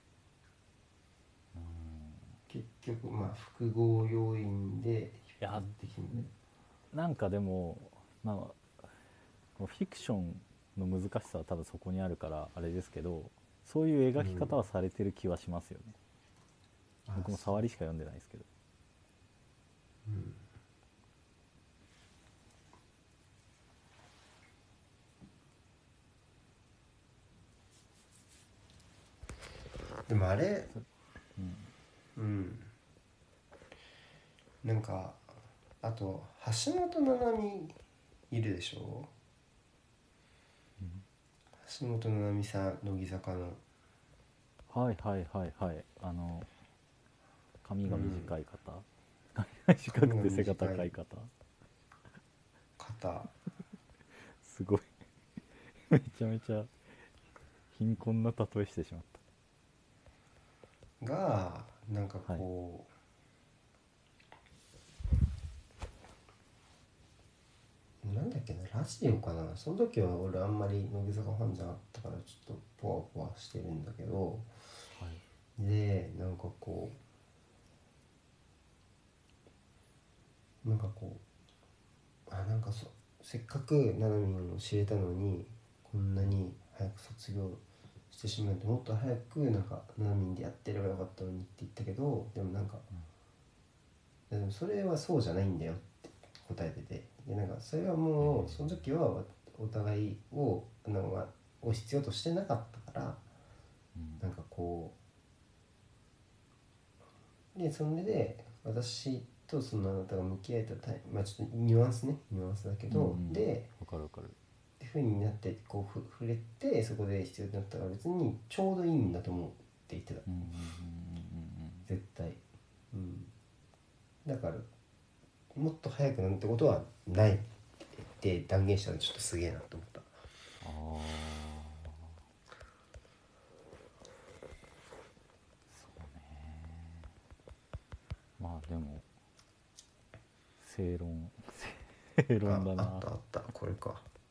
結局まあ複合要因で引っ張いやってきてんだよ。 なんかでもまあフィクションの難しさは多分そこにあるからあれですけど、そういう描き方はされてる気はしますよね、 あ僕も触りしか読んでないですけど。 うんでもあれうんうんなんかあと橋本七海いるでしょ。橋本七海さん乃木坂のはいはいはいはい、あの髪がうん短い方、髪が短く髪がて背が短い高い方、 方すごいめちゃめちゃ貧困な例えしてしまっがなんかた。はいこう、なんだっけなラジオかな、その時は俺あんまり乃木坂ファンじゃなかったからちょっとポワポワしてるんだけど、 はいでなんかこうなんかこうあなんかそせっかくななみんを知れたのにこんなに早く卒業してしまうと、もっと早くなんかななみんでやってればよかったのにって言ったけど、でもなんか、でもそれはそうじゃないんだよって答えてて、でなんかそれはもうその時はお互いをなんか、まあ、を必要としてなかったから、なんかこうでそれで私とそのあなたが向き合えたタイまあちょっとニュアンスねニュアンスだけど、 うんうんでわかるわかる。 ってふうになってこうふ触れてそこで必要になったら別にちょうどいいんだと思うって言ってた、 うんうんうん絶対。うんだからもっと早くなんてことはないって断言したのちょっとすげえなと思った。 うんうんうんうん。ああそうね。まあでも正論正論だな。 ああったあったこれか。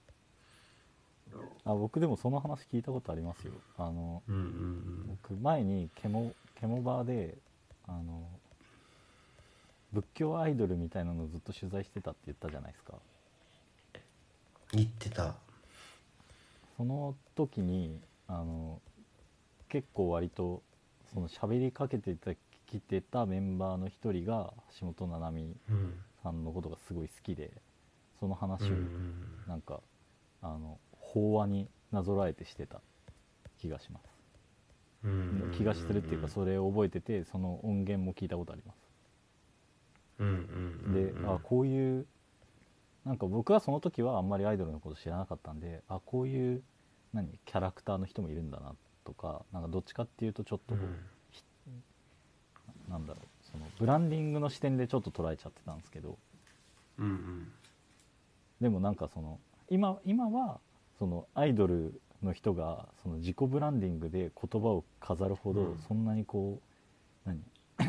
あ僕でもその話聞いたことありますよ。あのうんうん僕前にケモケモバーであの仏教アイドルみたいなのをずっと取材してたって言ったじゃないですか。 うん言ってた。 その時にあの結構割とその喋りかけてたきてたメンバーの一人が橋本七海うんさんのことがすごい好きで、そのうんう話をんなんかあの法話になぞらえてしてた気がします。 うんうん気がするっていうかそれを覚えてて、その音源も聞いたことあります。 うんうんで、あこういうなんか僕はその時はあんまりアイドルのこと知らなかったんで、あこういう何キャラクターの人もいるんだなとか、なんかどっちかっていうとちょっとこう、ひなんだろうそのブランディングの視点でちょっと捉えちゃってたんですけど、 うんうんでもなんかその今今はそのアイドルの人がその自己ブランディングで言葉を飾るほど、 うんそんなにこう何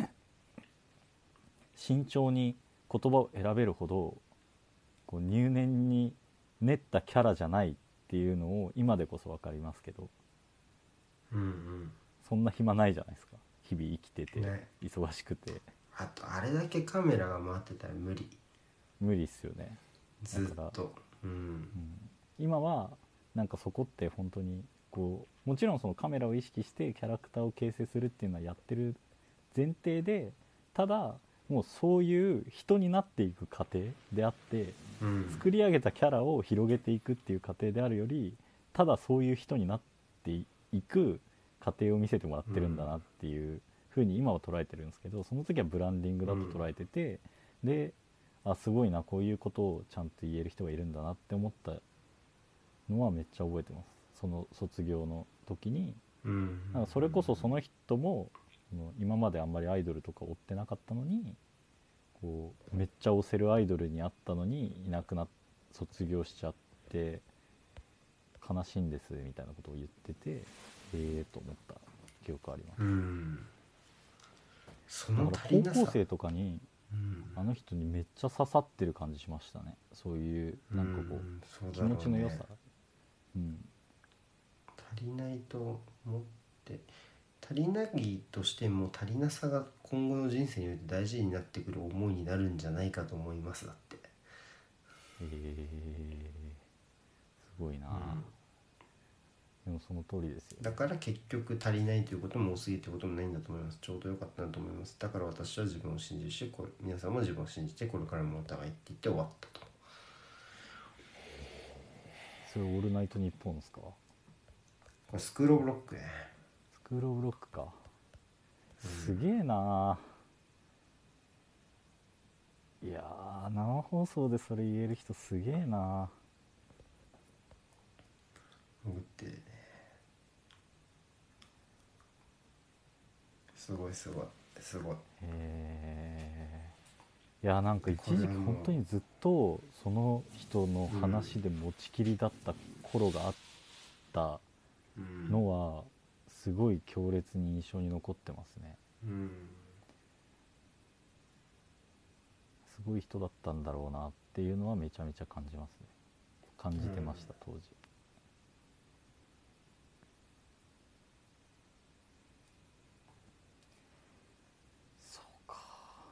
慎重に言葉を選べるほどこう入念に練ったキャラじゃないっていうのを今でこそ分かりますけど、 うんそんな暇ないじゃないですか、日々生きててね。 忙しくて。 あとあれだけカメラが回ってたら無理、 無理っすよね。 ずだからっと。うんうん今はなんかそこって本当にこうもちろんそのカメラを意識してキャラクターを形成するっていうのはやってる前提で、ただもうそういう人になっていく過程であって、 うん作り上げたキャラを広げていくっていう過程であるより、ただそういう人になっていく過程を見せてもらってるんだなっていうふうに今は捉えてるんですけど、その時はブランディングだと捉えてて、であすごいなこういうことをちゃんと言える人がいるんだなって思ったのはめっちゃ覚えてます。その卒業の時にうんなんかそれこそその人もその今まであんまりアイドルとか追ってなかったのにここうめっちゃ推せるアイドルに会ったのにいなくなっ卒業しちゃって悲しいんですみたいなことを言ってて、ええー、と思った記憶あります。 うん、そのだから足りなさ、 高校生とかにうんあの人にめっちゃ刺さってる感じしましたね。そういうなんかこう、 うんそう気だろうね。 持ちの良さ、うん、 足りないと思って、足りないとしても足りなさが今後の人生において大事になってくる思いになるんじゃないかと思います。だって、 えー、すごいな、 うん、 でもその通りですよ。 だから結局足りないということも多すぎということもないんだと思います。ちょうど良かったなと思います。だから私は自分を信じるし、これ皆さんも自分を信じて、これからもお互いって言って終わったと。 それオールナイトニッポンですか？ これスクールオブロックね。 スクールオブロックか。 うんすげえな。いやー、生放送でそれ言える人すげえな。 潜ってね、すごいすごいすごい。 へー、いやなんか一これ時期はもう、 本当にずっとその人のうん話で持ちきりだった頃があったうんのはすごい強烈に印象に残ってますね。 うんすごい人だったんだろうなっていうのはめちゃめちゃ感じますね。感じてました当時。そうか。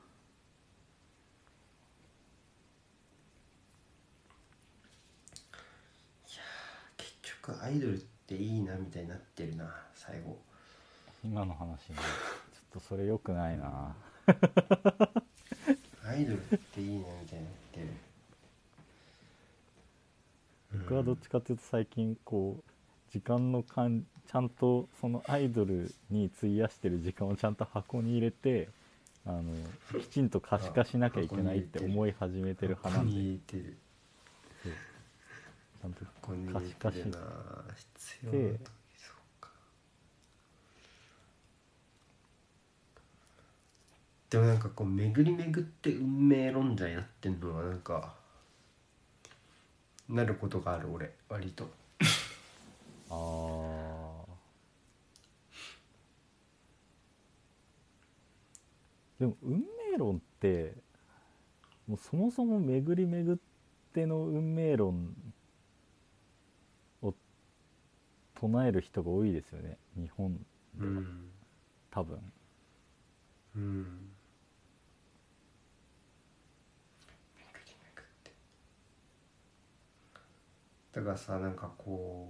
結局アイドルっていいなみたいになってるな最後。 今の話ね、ちょっとそれ良くないな。 アイドルっていいなみたいになってる。 僕はどっちかっていうと最近こう時間のかんちゃんとそのアイドルに費やしてる時間をちゃんと箱に入れて、あのきちんと可視化しなきゃいけないって思い始めてる派箱になんで、 入れてる。 そうちゃんと箱に可視化し入れてるな。必要な時。そうか。でもなんかこう巡り巡って運命論者になってんのはなんかなることがある俺割と。 あー、でも運命論ってもうそもそも巡り巡っての運命論を唱える人が多いですよね日本では、 うん多分。 うん巡り巡ってだからさ、なんかこ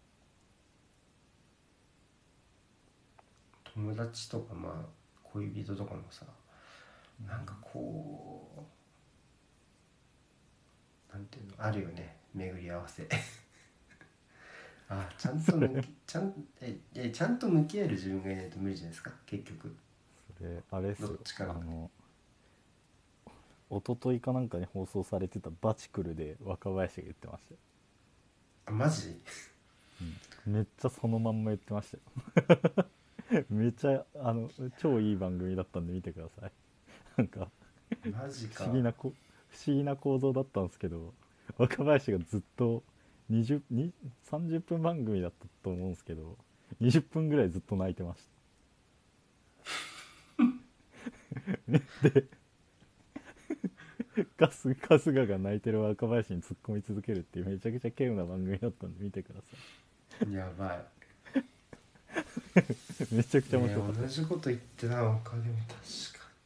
う友達とかまあ恋人とかもさ、なんかこうなんていうのあるよね、巡り合わせ。あ、ちゃんと向きちゃんええちゃんと向き合える自分がいないと無理じゃないですか結局。 それあれですよ、 どっちからかあの一昨日かなんかに放送されてたバチクルで若林が言ってましたよ。 あ、マジ？ うん、めっちゃそのまんま言ってましたよ。めっちゃあの超いい番組だったんで見てください。なんかマジか。 不思議なこ不思議な構造だったんですけど、若林がずっとにじゅうにさんじゅっぷん番組だったと思うんですけどにじゅっぷんぐらいずっと泣いてました。で春春日が泣いてる若林に突っ込み続けるっていうめちゃくちゃ稀有な番組だったんで見てくださやばい。 い。めちゃくちゃ面ね、 白かったです。 同じこと言ってな他でも確か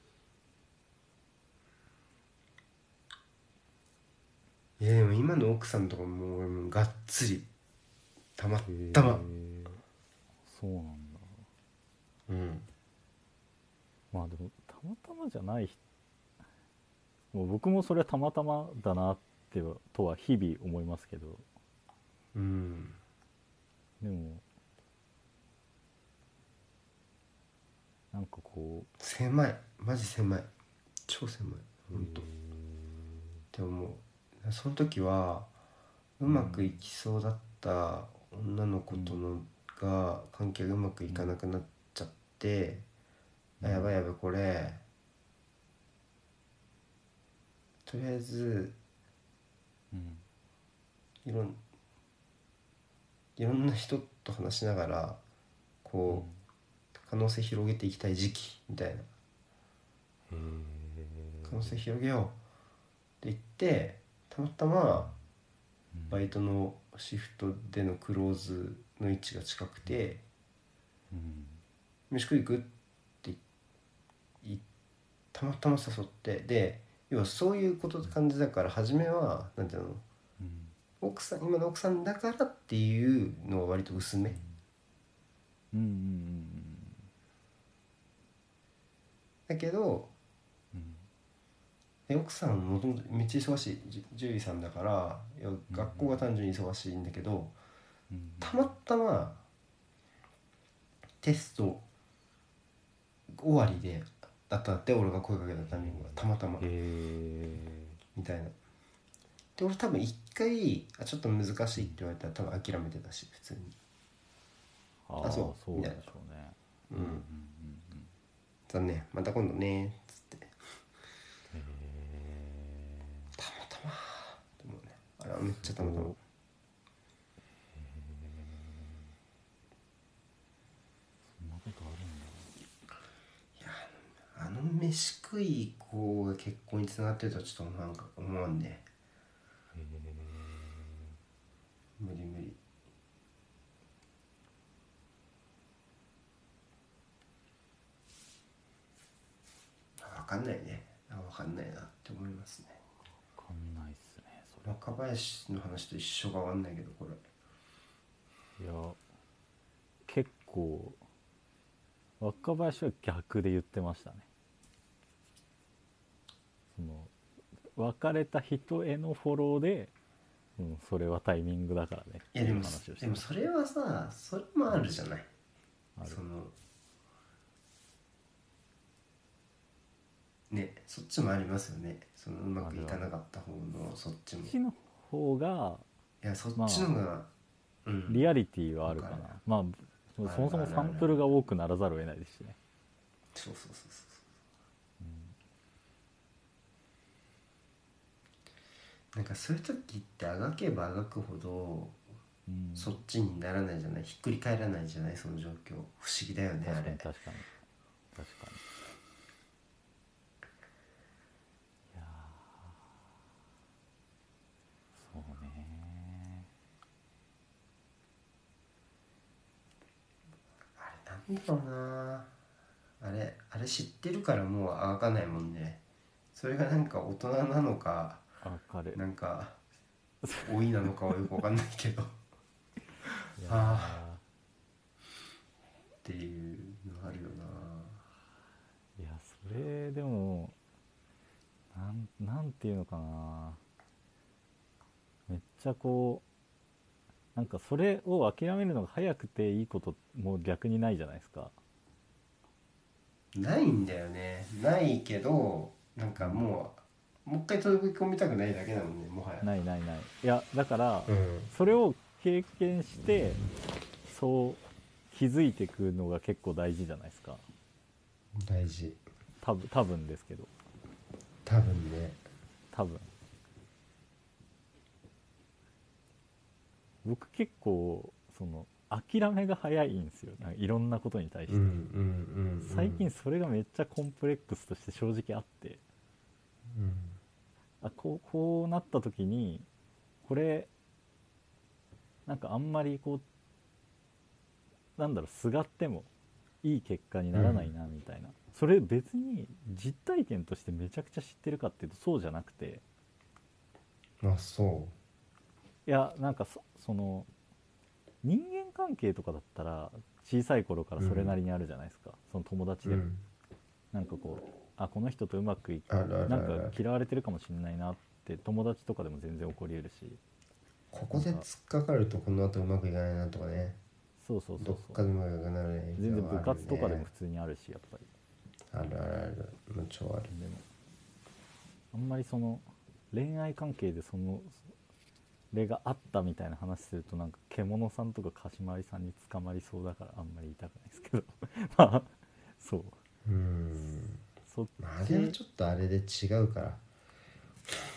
に。いやでも今の奥さんとかもう俺もがっつりたまったま。 へえ、そうなんだ。 うん。 まあでもたまたまじゃない人、もう僕もそれはたまたまだなってはとは日々思いますけど、 うんでもなんかこ狭い、マジ狭い、超狭い、 う、 ほんと。 へでももうその時はうまくいきそうだった女の子とのが関係がうまくいかなくなっちゃって、 うんあやばいやばいこれとりあえずうんいろんいろんな人と話しながらこう、可能性広げていきたい時期みたいな、 へえ可能性広げようって言って、たまたまバイトのシフトでのクローズの位置が近くて、 うん飯食い行くって言ったまたま誘って、で要はそういうこと感じだから、初めはなんていうの、 うん奥さん今の奥さんだからっていうのは割と薄めうんうんうんだけど、 うんで奥さんもともとめっちゃ忙しいじ獣医さんだから、いや学校が単純に忙しいんだけど、 うんたまたまテスト終わりでだったって、俺が声かけたタイミングがたまたまへえみたいな。で俺多分一回あちょっと難しいって言われたら多分諦めてたし、普通にあああそうそうでしょうねうん、 うんうんうん残念また今度ねっつって、 へえたまたまでもね、あれはめっちゃたまたま。 そんなことあるんだ。 あの飯食い子が結婚につながってるとはちょっとなんか思わんね。 へえ無理無理。分かんないね。分かんないなって思いますね。 わかんないっすねそれ。 若林の話と一緒か分かんないけど、これいや結構若林は逆で言ってましたね。その別れた人へのフォローで、うん、それはタイミングだからねっていういやでも話をしてましでもそれはさ、それもあるじゃない、 た。あるそのね、そっちもありますよね。そのうまくいかなかった方のそっちも。 こっちの方がいやそっちのが、うんリアリティはあるかな、 わかるまあそもそもサンプルが多くならざるを得ないですしね。 そうそうそうそう、なんかそういう時ってあがけばあがくほどうんそっちにならないじゃない、ひっくり返らないじゃない、その状況。不思議だよね、あ確かれ。 に確かに確かに。いやーそうねあれなんだろうな、あれあれ知ってるからもうあがかないもんね。それがなんか大人なのか、 わかる。 なんか老いなのかはよくわかんないけどいやーあっていうのあるよな。 いやそれでもなんなんていうのかな、めっちゃこうなんかそれを諦めるのが早くていいことも逆にないじゃないですか。 ないんだよね、ないけどなんかもう、もう一回飛び込みたくないだけだもんね、もはや。 ないないない。いやだからうんそれを経験してそう気づいていくのが結構大事じゃないですか。 大事。 多分多分ですけど多分ね。 多分僕結構その諦めが早いんですよ、なんかいろんなことに対して、 うんうんうんうん最近それがめっちゃコンプレックスとして正直あって、 うんあこう、こうなった時にこれなんかあんまりこうなんだろうすがってもいい結果にならないなみたいな、それ別に実体験としてめちゃくちゃ知ってるかっていうとそうじゃなくて、 あそいやなんか そ, その人間関係とかだったら小さい頃からそれなりにあるじゃないですか、その友達でも、 ううんなんかこうあこの人とうまくいあるあるあるなんか嫌われてるかもしれないなって友達とかでも全然起こり得るし、 ここで突っかかるとこの後うまくいかないなとかね、 そうそうそどっうそうかでうまくいかないね、 全然部活とかでも普通にあるしやっぱり。 あるあるある、もう超ある。 でもあんまりその恋愛関係でそのそれがあったみたいな話するとなんか獣さんとかかしまりさんに捕まりそうだからあんまり言いたくないですけどまあそううん、 そっまああれはちちょっとあれで違うから。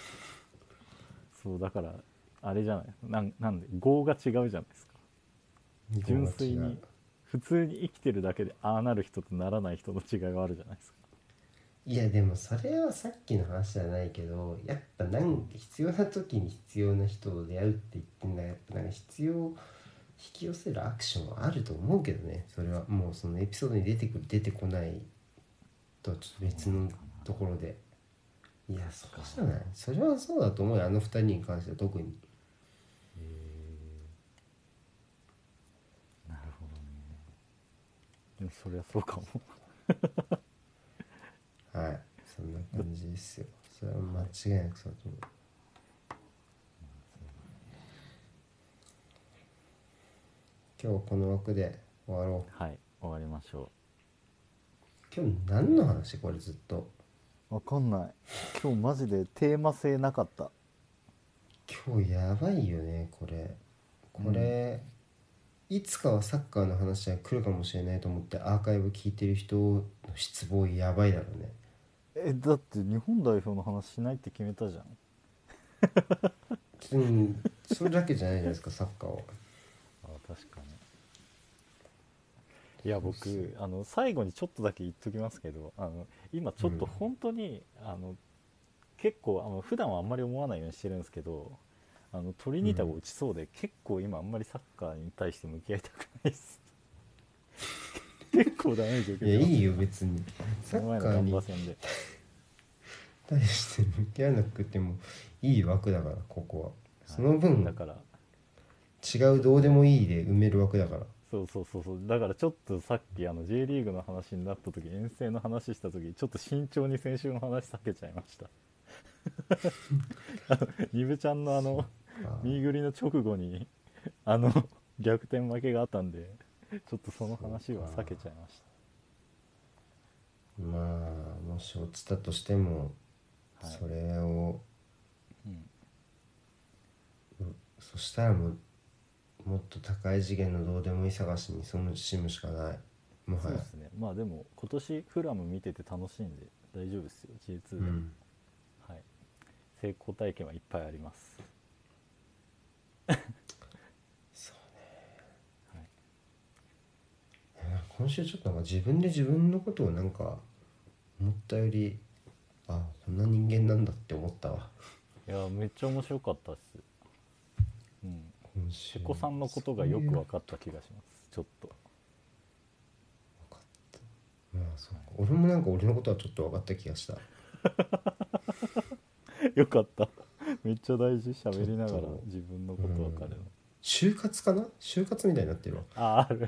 そうだからあれじゃないなんなんで業が違うじゃないですか。純粋に普通に生きてるだけでああなる人とならない人の違いがあるじゃないですか。 いやでもそれはさっきの話じゃないけど、やっぱなん必要な時に必要な人と出会うって言ってんだ、やっぱなんか必要引き寄せるアクションはあると思うけどね。それはもうそのエピソードに出てくる出てこないとはちょっと別のところで、いやそうじゃない、それはそうだと思うよ、あの二人に関しては特に。 へえなるほどね。でもそりゃそうかも。 はい、そんな感じですよ。それは間違いなくそうだと思う。今日はこの枠で終わろはい終わりましょう。今日何の話これずっと。 う。わかんない。今日マジでテーマ性なかった。 今日やばいよねこれ。これ、いつかはサッカーの話が来るかもしれないと思ってアーカイブ聞いてる人の失望やばいだろうね。 えだって日本代表の話しないって決めたじゃん。 うん、それだけじゃないじゃないですかサッカーは。 あ確かに。いや僕あの最後にちょっとだけ言っときますけど、あの今ちょっと本当に、うん、あの結構あの普段はあんまり思わないようにしてるんですけど、あのトリニータが打ちそうで、うん、結構今あんまりサッカーに対して向き合いたくないです結構ダメージ受けてます。 いやいいよ別にサッカーに対して向き合わなくてもいい枠だからここは、はい、その分だから違うどうでもいいで埋める枠だから。 そうそうそうそうだからちょっとさっきあの J リーグの話になった時遠征の話した時ちょっと慎重に先週の話避けちゃいましたあのニブちゃんのあのミーグリの直後にあの逆転負けがあったんでちょっとその話は避けちゃいました。 まあもし落ちたとしても、はい、それを、うんうん、そしたらもうもっと高い次元のどうでもいい探しにそのチームしかない。もはやそうですね。まあでも今年フラム見てて楽しいんで大丈夫ですよ ジェイツー でも、うん、はい、成功体験はいっぱいありますそうね、はい、今週ちょっとなんか自分で自分のことをなんか思ったよりあこんな人間なんだって思ったわ。 いやめっちゃ面白かったっす。うん瀬古さんのことがよく分かった気がします。ちょっと分かった。まあそうか、はい、俺もなんか俺のことはちょっと分かった気がしたよかっためっちゃ大事喋りながら自分のこと分かるの。 就活かな就活みたいになってるわ。 あある